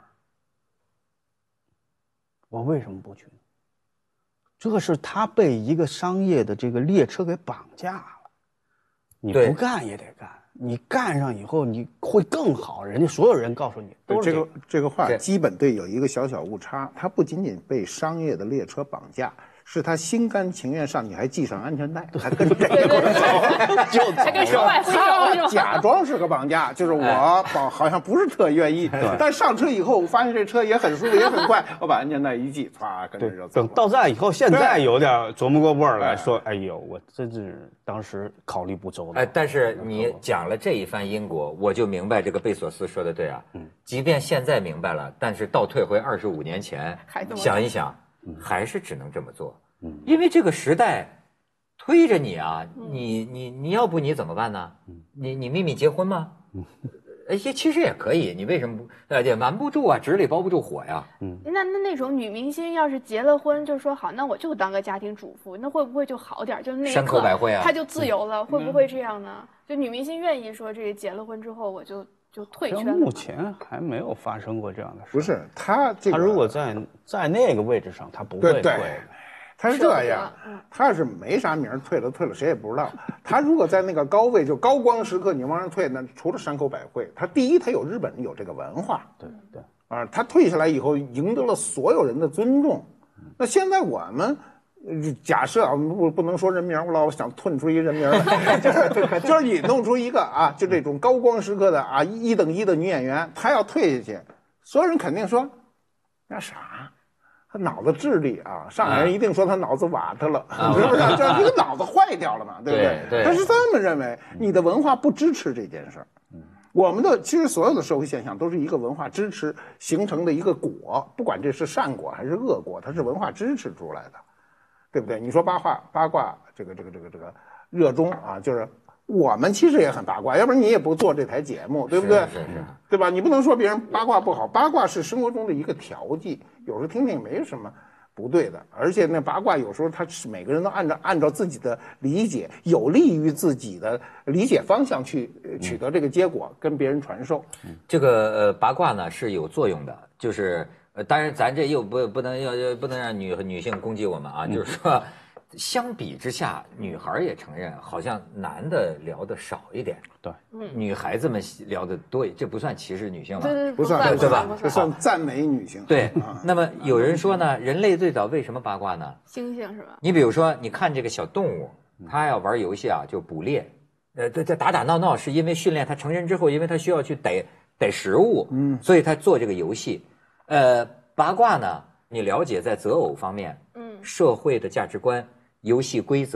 我为什么不去呢？这是他被一个商业的这个列车给绑架了，你不干也得干。你干上以后你会更好，人家所有人告诉你都是这个话基本对有一个小误差，他不仅仅被商业的列车绑架，是他心甘情愿上，你还系上安全带，还跟这个走，还跟手外挥手， 假装是个绑架，就是我好像不是特愿意，但上车以后我发现这车也很舒服也很快，我把安全带一系，唰跟着就走。 等到站以后，现在有点琢磨过味儿来说，哎呦，我真是当时考虑不周到。 但是你讲了这一番因果，我就明白这个贝索斯说的对啊。即便现在明白了，但是倒退回25年前，想一想。还是只能这么做，因为这个时代推着你啊，你要不你怎么办呢？你秘密结婚吗？其实也可以，你为什么不？也瞒不住啊，纸里包不住火呀。 那种女明星要是结了婚，就说好，那我就当个家庭主妇，那会不会就好点？就那一刻山口百惠啊， 她就自由了，会不会这样呢？就女明星愿意说这个结了婚之后我就退圈了。 目前还没有发生过这样的事。 不是他如果在那个位置上，他不会退。 他是这样，他要是没啥名退了谁也不知道。他如果在那个高位，就高光时刻，你往上退，那除了山口百惠，他第一他有日本有这个文化， 对他退下来以后赢得了所有人的尊重。那现在我们假设啊，不能说人名，我老想吞出一人名来，就是你弄出一个啊，就这种高光时刻的啊1等1的女演员，她要退下去，所有人肯定说那啥。他脑子智力啊，上海人一定说他脑子瓦特了，是不是？这个脑子坏掉了嘛，对不对？ 对， 他是这么认为，你的文化不支持这件事儿。我们的其实所有的社会现象都是一个文化支持形成的一个果，不管这是善果还是恶果，它是文化支持出来的，对不对？你说八卦这个热衷啊，就是我们其实也很八卦，要不然你也不做这台节目，对不对？ 是， 对吧？你不能说别人八卦不好，八卦是生活中的一个调剂，有时候听听没什么不对的。而且那八卦有时候它是每个人都按照自己的理解，有利于自己的理解方向去取得这个结果，跟别人传授。 这个八卦呢是有作用的，就是当然咱这又不能让女性攻击我们啊，就是说。相比之下，女孩也承认，好像男的聊的少一点， 对， 女孩子们聊的多，这不算歧视女性吧？ 对， 不算， 对吧？ 这算赞美女性。 对，那么有人说呢，人类最早为什么八卦呢？ 猩猩是吧？ 你比如说，你看这个小动物，它要玩游戏啊，就捕猎，这打闹是因为训练它成人之后，因为它需要去逮食物，所以它做这个游戏。八卦呢，你了解在择偶方面，社会的价值观。游戏规则，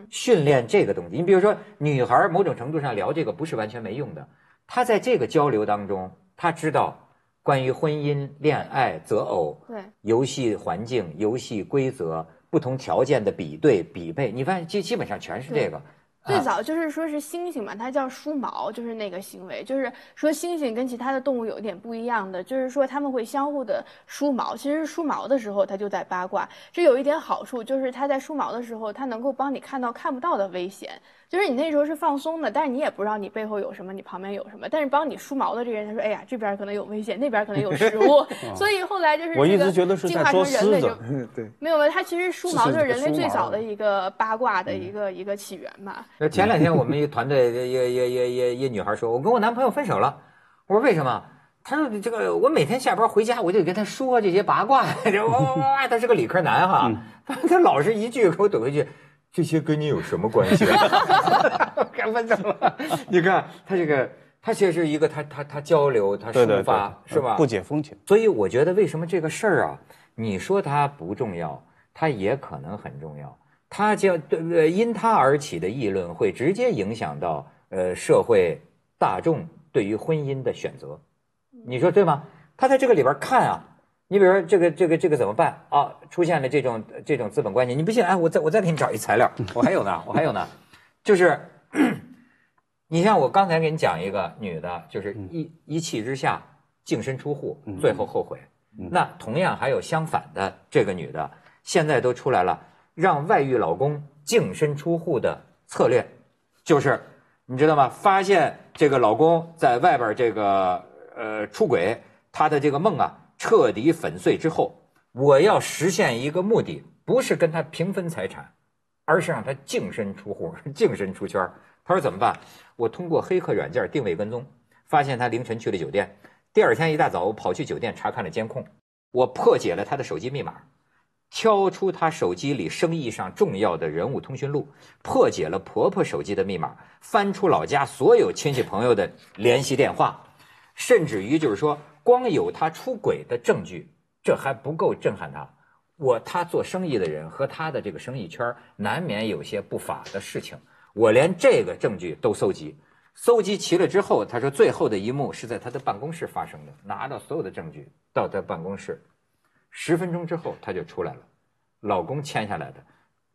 训练这个东西。你比如说，女孩某种程度上聊这个不是完全没用的，她在这个交流当中，她知道关于婚姻、恋爱、择偶、 对游戏环境、游戏规则、不同条件的比对、比配，你发现基本上全是这个。 最早就是说是猩猩嘛，它叫梳毛，就是那个行为，就是说猩猩跟其他的动物有点不一样的，就是说它们会相互的梳毛。其实梳毛的时候，它就在八卦。这有一点好处，就是它在梳毛的时候，它能够帮你看到看不到的危险。就是你那时候是放松的，但是你也不知道你背后有什么，你旁边有什么。但是帮你梳毛的这个人，他说：“哎呀，这边可能有危险，那边可能有食物。”所以后来就是我一直觉得是在捉狮子。 对， 没有，它其实梳毛就是人类最早的一个八卦的一个起源嘛。 前2天我们一团队一女孩说，我跟我男朋友分手了。我说为什么？她说这个我每天下班回家我就跟他说这些八卦，哇，他是个理科男哈，他老是一句给我怼回去。这些跟你有什么关系？该分手了。你看他这个，他其实是一个他交流，他抒发， 对是吧？ 不解风情。 所以我觉得为什么这个事儿啊，你说它不重要，它也可能很重要。它因它而起的议论会直接影响到社会大众对于婚姻的选择。你说对吗？他在这个里边看啊。你比如说这个怎么办啊？出现了这种资本关系，你不信？哎，我再给你找一材料，我还有呢，就是你像我刚才给你讲一个女的，就是一气之下净身出户，最后后悔。那同样还有相反的，这个女的现在都出来了，让外遇老公净身出户的策略，就是你知道吗？发现这个老公在外边这个出轨，他的这个梦啊。彻底粉碎之后，我要实现一个目的，不是跟他平分财产，而是让他净身出户、净身出圈。他说怎么办？我通过黑客软件定位跟踪，发现他凌晨去了酒店，第2天一大早我跑去酒店查看了监控，我破解了他的手机密码，挑出他手机里生意上重要的人物通讯录，破解了婆婆手机的密码，翻出老家所有亲戚朋友的联系电话，甚至于就是说。光有他出轨的证据，这还不够震撼他。他做生意的人和他的这个生意圈难免有些不法的事情，我连这个证据都搜集齐了之后，他说最后的一幕是在他的办公室发生的，拿到所有的证据到他办公室，10分钟之后他就出来了，老公签下来的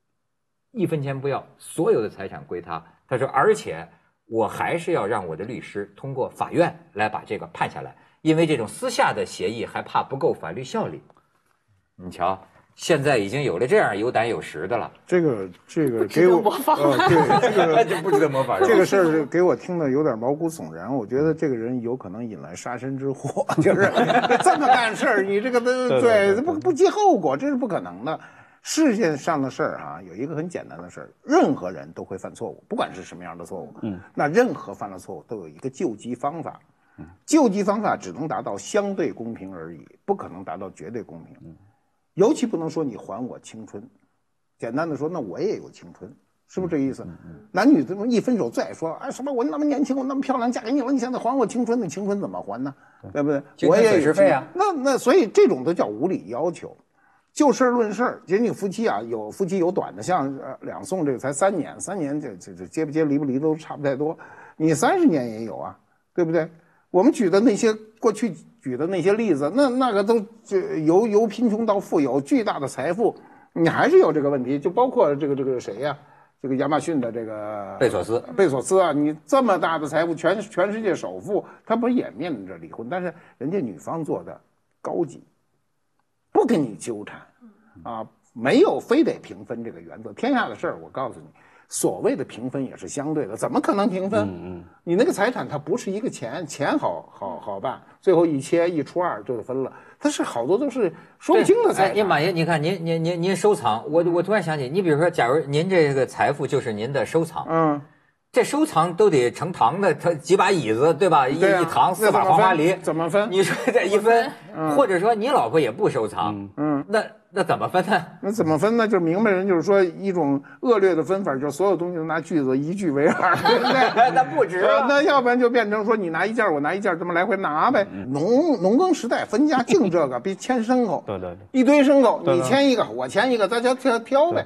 ，1分钱不要，所有的财产归他。他说，而且我还是要让我的律师通过法院来把这个判下来。因为这种私下的协议还怕不够法律效力，你瞧，现在已经有了这样有胆有识的了。 这个给我对这个就不值得模仿。 这个事儿给我听的有点毛骨悚然，我觉得这个人有可能引来杀身之祸，就是这么干事儿，你这个对不计后果，这是不可能的。世界上的事儿啊，有一个很简单的事儿，任何人都会犯错误，不管是什么样的错误。那任何犯了错误都有一个救济方法。救济方法只能达到相对公平而已，不可能达到绝对公平。尤其不能说你还我青春，简单的说，那我也有青春，是不是这意思？男女这么一分手再说，哎什么我那么年轻，我那么漂亮，嫁给你了，你现在还我青春，那青春怎么还呢？对不对？我也有费啊。 那所以这种都叫无理要求。就事论事，其实你夫妻啊，有夫妻有短的，像两宋这个才3年，3年这结不结离不离都差不太多，你30年也有啊，对不对？我们举的那些过去举的那些例子，那个都由贫穷到富有，巨大的财富，你还是有这个问题。就包括这个谁呀、这个亚马逊的这个贝索斯啊，你这么大的财富，全世界首富，他不是也面临着离婚？但是人家女方做的高级，不跟你纠缠啊，没有非得平分这个原则。天下的事儿，我告诉你。所谓的平分也是相对的，怎么可能平分？你那个财产它不是一个钱好办，最后一切1除2就分了，它是好多都是说不清的财产。 马爷，你看您收藏，我突然想起，你比如说，假如您这个财富就是您的收藏，这收藏都得成堂的，它几把椅子对吧？一堂4把黄花梨， 怎么分？ 你说这一分，或者说你老婆也不收藏，那怎么分呢？ 那怎么分呢？就是明白人就是说一种恶劣的分法，就是所有东西都拿句子1句为2，对不对？ 那不值啊。 那要不然就变成说你拿一件我拿一件，这么来回拿呗。农耕时代分家净这个比牵牲口， 对， 一堆牲口，你牵一个我牵一个，大家挑呗。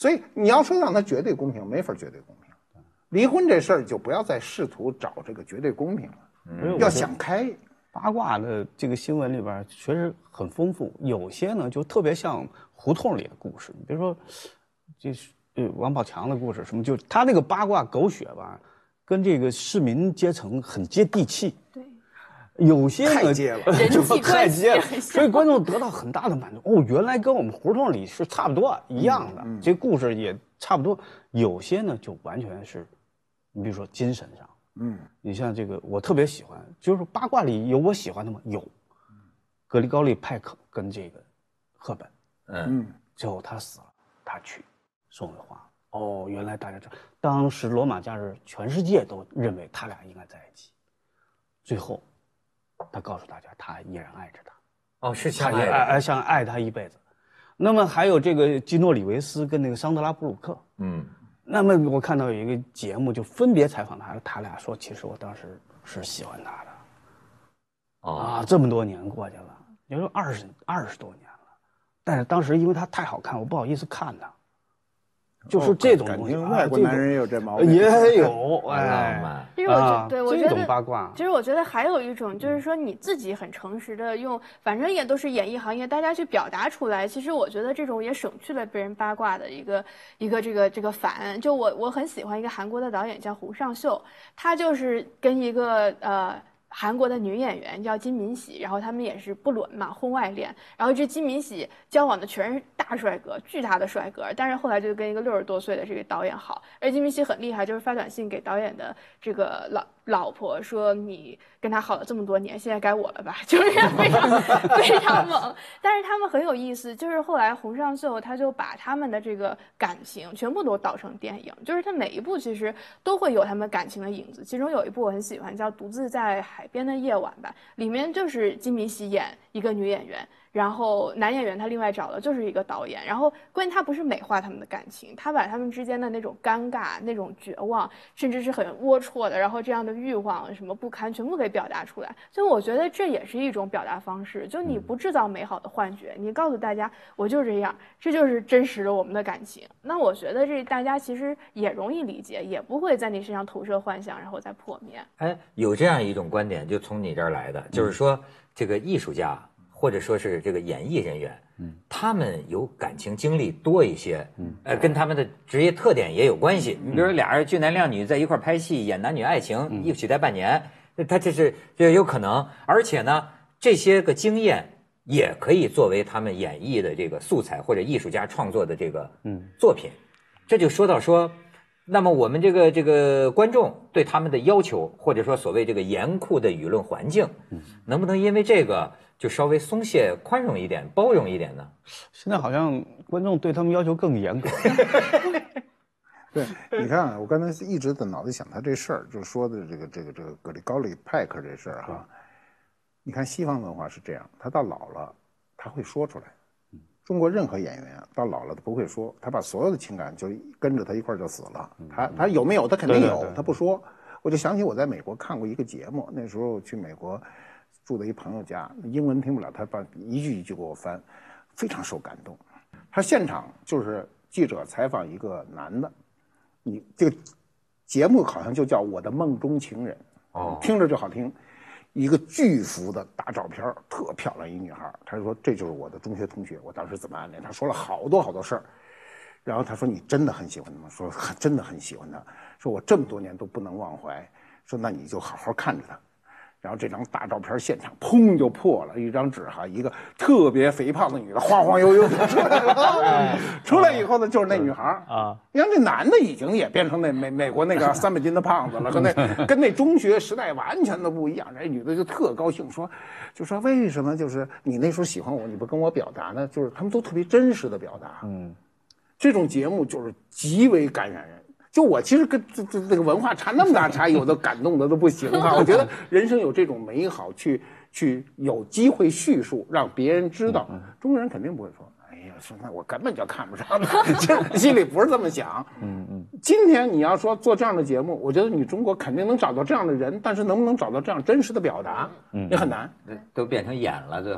所以你要说让它绝对公平，没法绝对公平。离婚这事儿就不要再试图找这个绝对公平了，要想开。 八卦的这个新闻里边确实很丰富，有些呢就特别像胡同里的故事，比如说王宝强的故事什么，就他那个八卦狗血吧，跟这个市民阶层很接地气。 对， 有些呢太接了， 人际关系了，所以观众得到很大的满足。哦，原来跟我们胡同里是差不多一样的，这故事也差不多。有些呢就完全是，你比如说精神上。你像这个我特别喜欢，就是八卦里有我喜欢的吗？有，格里高利派克跟这个赫本，最后他死了，他去送的花。哦，原来大家知道，当时罗马假日全世界都认为他俩应该在一起，最后他告诉大家他依然爱着他。 哦，是相爱的， 想爱他一辈子。那么还有这个基诺里维斯跟那个桑德拉布鲁克，那么我看到有一个节目，就分别采访他俩说，其实我当时是喜欢他的。这么多年过去了，也就20多年了，但是当时因为他太好看，我不好意思看他。就是这种东西， 外国男人也有这毛病， 也有哎。 其实我觉得这种八卦， 其实我觉得还有一种就是说你自己很诚实的用，反正也都是演艺行业，大家去表达出来。其实我觉得这种也省去了被人八卦的一个这个烦。就我很喜欢一个韩国的导演叫洪尚秀，他就是跟一个韩国的女演员叫金敏喜，然后他们也是不伦嘛，婚外恋。然后这金敏喜交往的全是大帅哥，巨大的帅哥，但是后来就跟一个60多岁的这个导演好。而金敏喜很厉害，就是发短信给导演的这个老婆说：“你跟他好了这么多年，现在该我了吧？”就是非常猛。但是他们很有意思，就是后来洪尚秀他就把他们的这个感情全部都导成电影，就是他每一部其实都会有他们感情的影子。其中有一部我很喜欢，叫《独自在海边的夜晚》吧，里面就是金敏喜演一个女演员。然后男演员他另外找的就是一个导演，然后关键他不是美化他们的感情，他把他们之间的那种尴尬、那种绝望，甚至是很龌龊的，然后这样的欲望、什么不堪，全部给表达出来。所以我觉得这也是一种表达方式，就你不制造美好的幻觉，你告诉大家我就这样，这就是真实的我们的感情。那我觉得这大家其实也容易理解，也不会在你身上投射幻想，然后再破灭。 哎，有这样一种观点，就从你这儿来的，就是说这个艺术家。或者说是这个演艺人员，他们有感情经历多一些，跟他们的职业特点也有关系。你比如说俩人俊男靓女在一块拍戏，演男女爱情，一起待半年，他这有可能。而且呢，这些个经验也可以作为他们演绎的这个素材，或者艺术家创作的这个作品。这就说到说，那么我们这个观众对他们的要求，或者说所谓这个严酷的舆论环境，能不能因为这个就稍微松懈、宽容一点、包容一点呢？ 现在好像观众对他们要求更严格。 对，你看，我刚才一直在脑子想他这事儿，就说的这个格里高利派克这事儿哈。你看西方文化是这样，他到老了他会说出来。中国任何演员到老了他不会说，他把所有的情感就跟着他一块儿就死了。他有没有？他肯定有，他不说。我就想起我在美国看过一个节目，那时候去美国住的一朋友家，英文听不了，他把一句一句给我翻，非常受感动。他现场就是记者采访一个男的，你这个节目好像就叫《我的梦中情人》，听着就好听。一个巨幅的大照片，特漂亮一女孩，他说这就是我的中学同学，我当时怎么暗恋，他说了好多事儿。然后他说你真的很喜欢他吗？说真的很喜欢他，说我这么多年都不能忘怀，说那你就好好看着他。然后这张大照片现场砰就破了，一张纸哈，一个特别肥胖的女的晃晃悠悠的出来了。出来以后呢，就是那女孩啊。你看这男的已经也变成那美国那个300斤的胖子了，跟那中学时代完全都不一样。这女的就特高兴，就说为什么就是你那时候喜欢我，你不跟我表达呢？就是他们都特别真实的表达。这种节目就是极为感染人。就我其实跟这个文化差那么大差异，我都感动的都不行哈。我觉得人生有这种美好，去有机会叙述，让别人知道。中国人肯定不会说，哎呀，说那我根本就看不上他，就是心里不是这么想。今天你要说做这样的节目，我觉得你中国肯定能找到这样的人，但是能不能找到这样真实的表达，也很难。 都变成演了，最后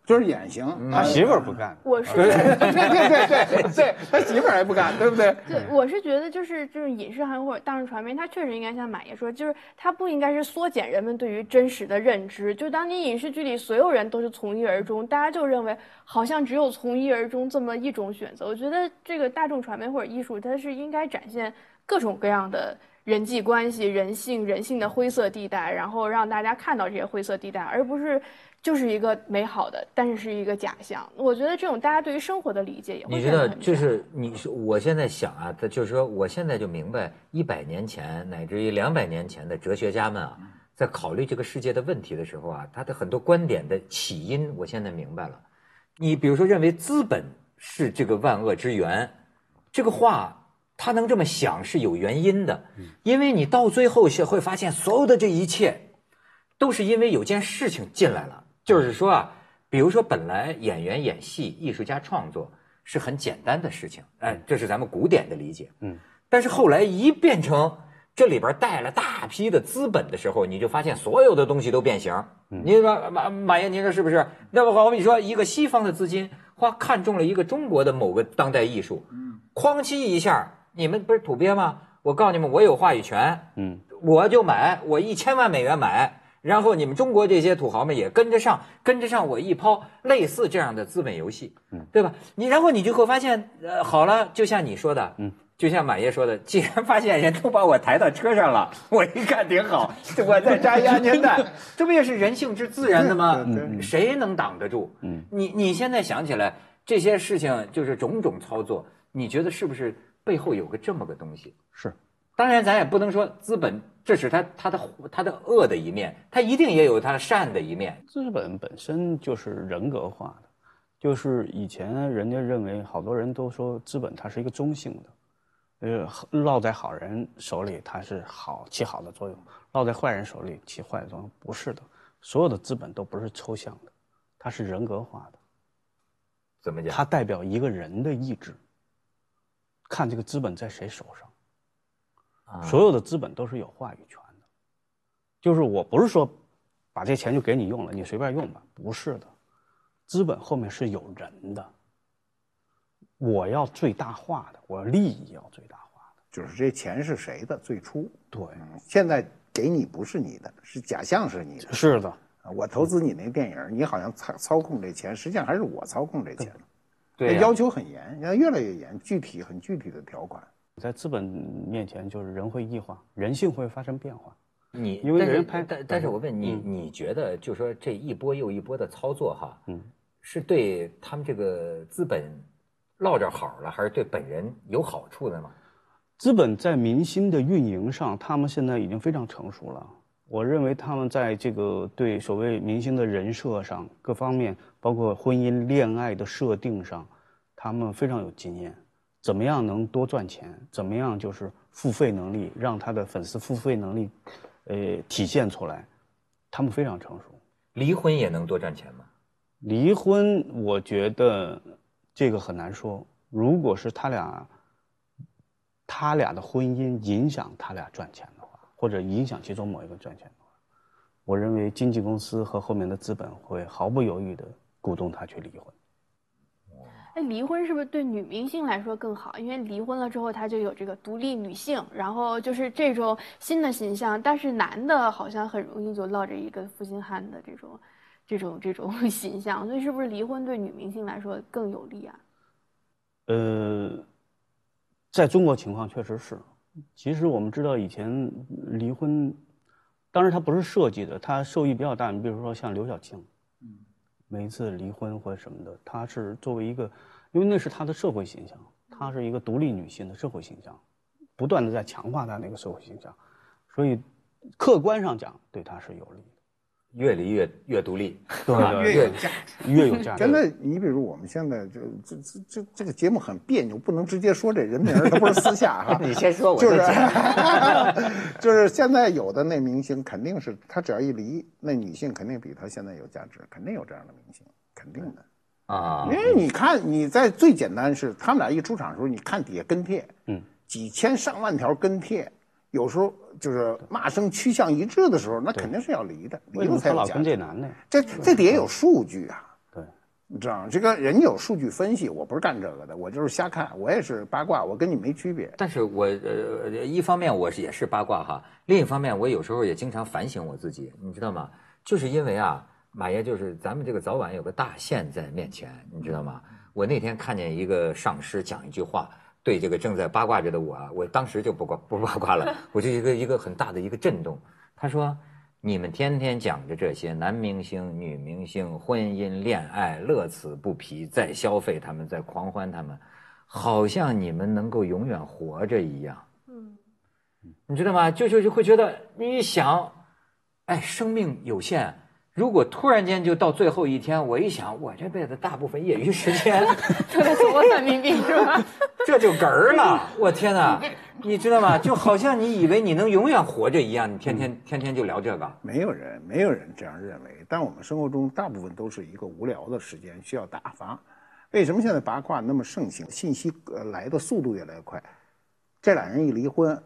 就是眼型。 他媳妇儿不干， 我是对，他媳妇儿还不干，对不对？ 对，我是觉得就是影视行业或者大众传媒，它确实应该像马爷说，就是它不应该是缩减人们对于真实的认知。就当你影视剧里所有人都是从一而终，大家就认为好像只有从一而终这么一种选择。我觉得这个大众传媒或者艺术，它是应该展现各种各样的人际关系、人性的灰色地带，然后让大家看到这些灰色地带，而不是就是一个美好的，但是是一个假象。我觉得这种大家对于生活的理解也会你知道，就是我现在想啊，就是说，我现在就明白100年前乃至于200年前的哲学家们啊，在考虑这个世界的问题的时候啊，他的很多观点的起因，我现在明白了。你比如说，认为资本是这个万恶之源，这个话他能这么想是有原因的，因为你到最后会发现，所有的这一切都是因为有件事情进来了。就是说啊，比如说本来演员演戏、艺术家创作是很简单的事情，哎，这是咱们古典的理解。但是后来一变成这里边带了大批的资本的时候，你就发现所有的东西都变形。你说马爷，您说是不是？那么好比说，一个西方的资金看中了一个中国的某个当代艺术，哐叽一下，你们不是土鳖吗？我告诉你们，我有话语权，我就买，我1000万美元买。然后你们中国这些土豪们也跟着上，我一抛，类似这样的资本游戏，对吧？然后你就会发现，好了，就像你说的，就像马爷说的，既然发现人都把我抬到车上了，我一看挺好，我再扎一安全带，这不也是人性之自然的吗？谁能挡得住？你现在想起来这些事情，就是种种操作，你觉得是不是背后有个这么个东西？ 是。 当然，咱也不能说资本这是它的恶的一面，它一定也有它善的一面。 资本本身就是人格化的，就是以前人家认为，好多人都说资本它是一个中性的，落在好人手里它是起好的作用，落在坏人手里起坏的作用。不是的，所有的资本都不是抽象的，它是人格化的。 怎么讲？ 它代表一个人的意志，看这个资本在谁手上。所有的资本都是有话语权的，就是我不是说把这钱就给你用了，你随便用吧，不是的，资本后面是有人的，我要最大化的，我利益要最大化的， 就是这钱是谁的最初？ 对， 现在给你不是你的，是假象是你的。 是的， 我投资你那个电影，你好像操控这钱，实际上还是我操控这钱。 对， 要求很严，越来越严，很具体的条款。 在资本面前，就是人会异化，人性会发生变化。 因为人但是我问你，你觉得就说这一波又一波的操作哈，是对他们这个资本落着好了，还是对本人有好处的吗？ 资本在明星的运营上，他们现在已经非常成熟了。我认为他们在这个对所谓明星的人设上，各方面，包括婚姻、恋爱的设定上，他们非常有经验。怎么样能多赚钱？怎么样就是付费能力，让他的粉丝付费能力，体现出来，他们非常成熟。 离婚也能多赚钱吗？ 离婚，我觉得这个很难说。如果是他俩的婚姻影响他俩赚钱的话，或者影响其中某一个赚钱的话，我认为经纪公司和后面的资本会毫不犹豫地鼓动他去离婚。 离婚是不是对女明星来说更好？因为离婚了之后，她就有这个独立女性，然后就是这种新的形象。但是男的好像很容易就落着一个负心汉的这种形象，所以是不是离婚对女明星来说更有利啊？ 在中国情况确实是。其实我们知道以前离婚，当然它不是设计的，它受益比较大。你比如说像刘晓庆。每一次离婚或者什么的，她是作为一个，因为那是她的社会形象，她是一个独立女性的社会形象，不断的在强化她那个社会形象，所以客观上讲对她是有利的， 越离越独立， 对， 越有价值， 越有价值。 真的，你比如我们现在这个节目很别扭，不能直接说这人名，它不是私下哈。 你先说，我就是现在有的那明星肯定是他只要一离，那女性肯定比他现在有价值，肯定有这样的明星，肯定的啊。因为你看你在最简单是他们俩一出场的时候，你看底下跟帖，几千上万条跟帖。有时候就是骂声趋向一致的时候，那肯定是要离的，离了才有价值。 跟这男的， 这底下有数据啊。 对， 你知道吗？这个人有数据分析，我不是干这个的，我就是瞎看，我也是八卦，我跟你没区别。 但是我一方面我也是八卦哈，另一方面我有时候也经常反省我自己，你知道吗？就是因为啊，马爷就是咱们这个早晚有个大限在面前，你知道吗？我那天看见一个上师讲一句话，对这个正在八卦着的我啊，我当时就不八卦了，我就一个很大的一个震动。他说。你们天天讲着这些男明星、女明星、婚姻、恋爱，乐此不疲，在消费他们，在狂欢他们，好像你们能够永远活着一样。你知道吗？就会觉得你一想，哎，生命有限，如果突然间就到最后一天，我一想，我这辈子大部分业余时间都在做算命病是吧？ 这就哏儿了，我天哪！你知道吗？就好像你以为你能永远活着一样，你天天就聊这个。 没有人这样认为。但我们生活中大部分都是一个无聊的时间，需要打发。为什么现在八卦那么盛行？信息来的速度越来越快。这俩人一离婚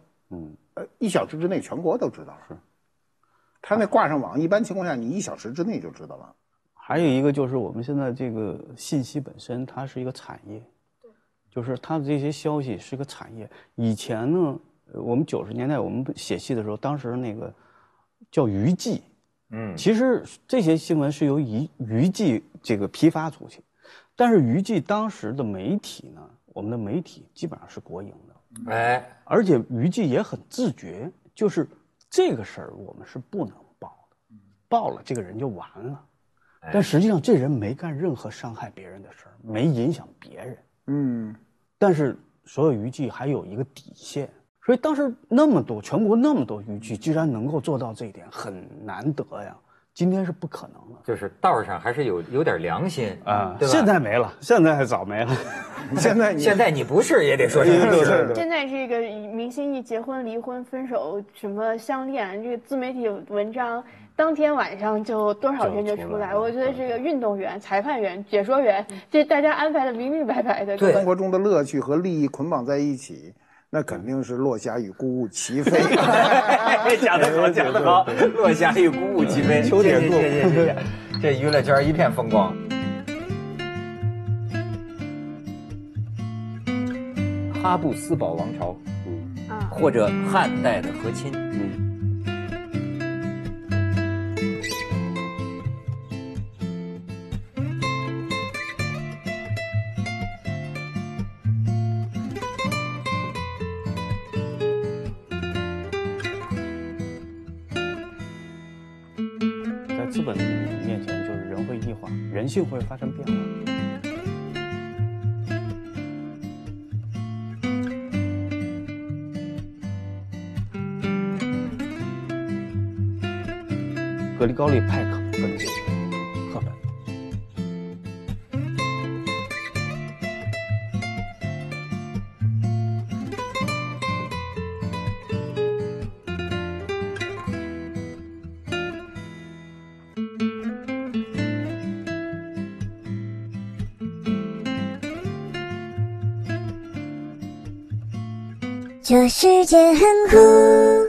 ，1小时之内全国都知道了。是，他那挂上网，一般情况下你1小时之内就知道了。 还有一个就是我们现在这个信息本身，它是一个产业。就是它的这些消息是个产业。以前呢，我们90年代我们写戏的时候，当时那个叫娱记，其实这些新闻是由娱记这个批发出去，但是娱记当时的媒体呢，我们的媒体基本上是国营的， 哎， 而且娱记也很自觉，就是这个事儿我们是不能报的，报了这个人就完了。但实际上这人没干任何伤害别人的事儿，没影响别人。但是所有娱记还有一个底线，所以当时全国那么多娱记，居然能够做到这一点，很难得呀。今天是不可能了， 就是道上还是有点良心啊，对吧？ 现在没了，现在还早没了。 现在你不是也得说是。 现在这个明星一结婚、离婚、分手，什么相恋，这个自媒体文章。当天晚上就多少篇就出来，我觉得这个运动员、裁判员、解说员，这大家安排的明明白白的。 对，生活中的乐趣和利益捆绑在一起，那肯定是落霞与孤鹜齐飞。 讲得好，讲得好，落霞与孤鹜齐飞。谢谢，这娱乐圈一片风光。哈布斯堡王朝，或者汉代的和亲， 资本面前，就是人会异化，人性会发生变化。格里高利派克跟这个课本。 这世界很酷。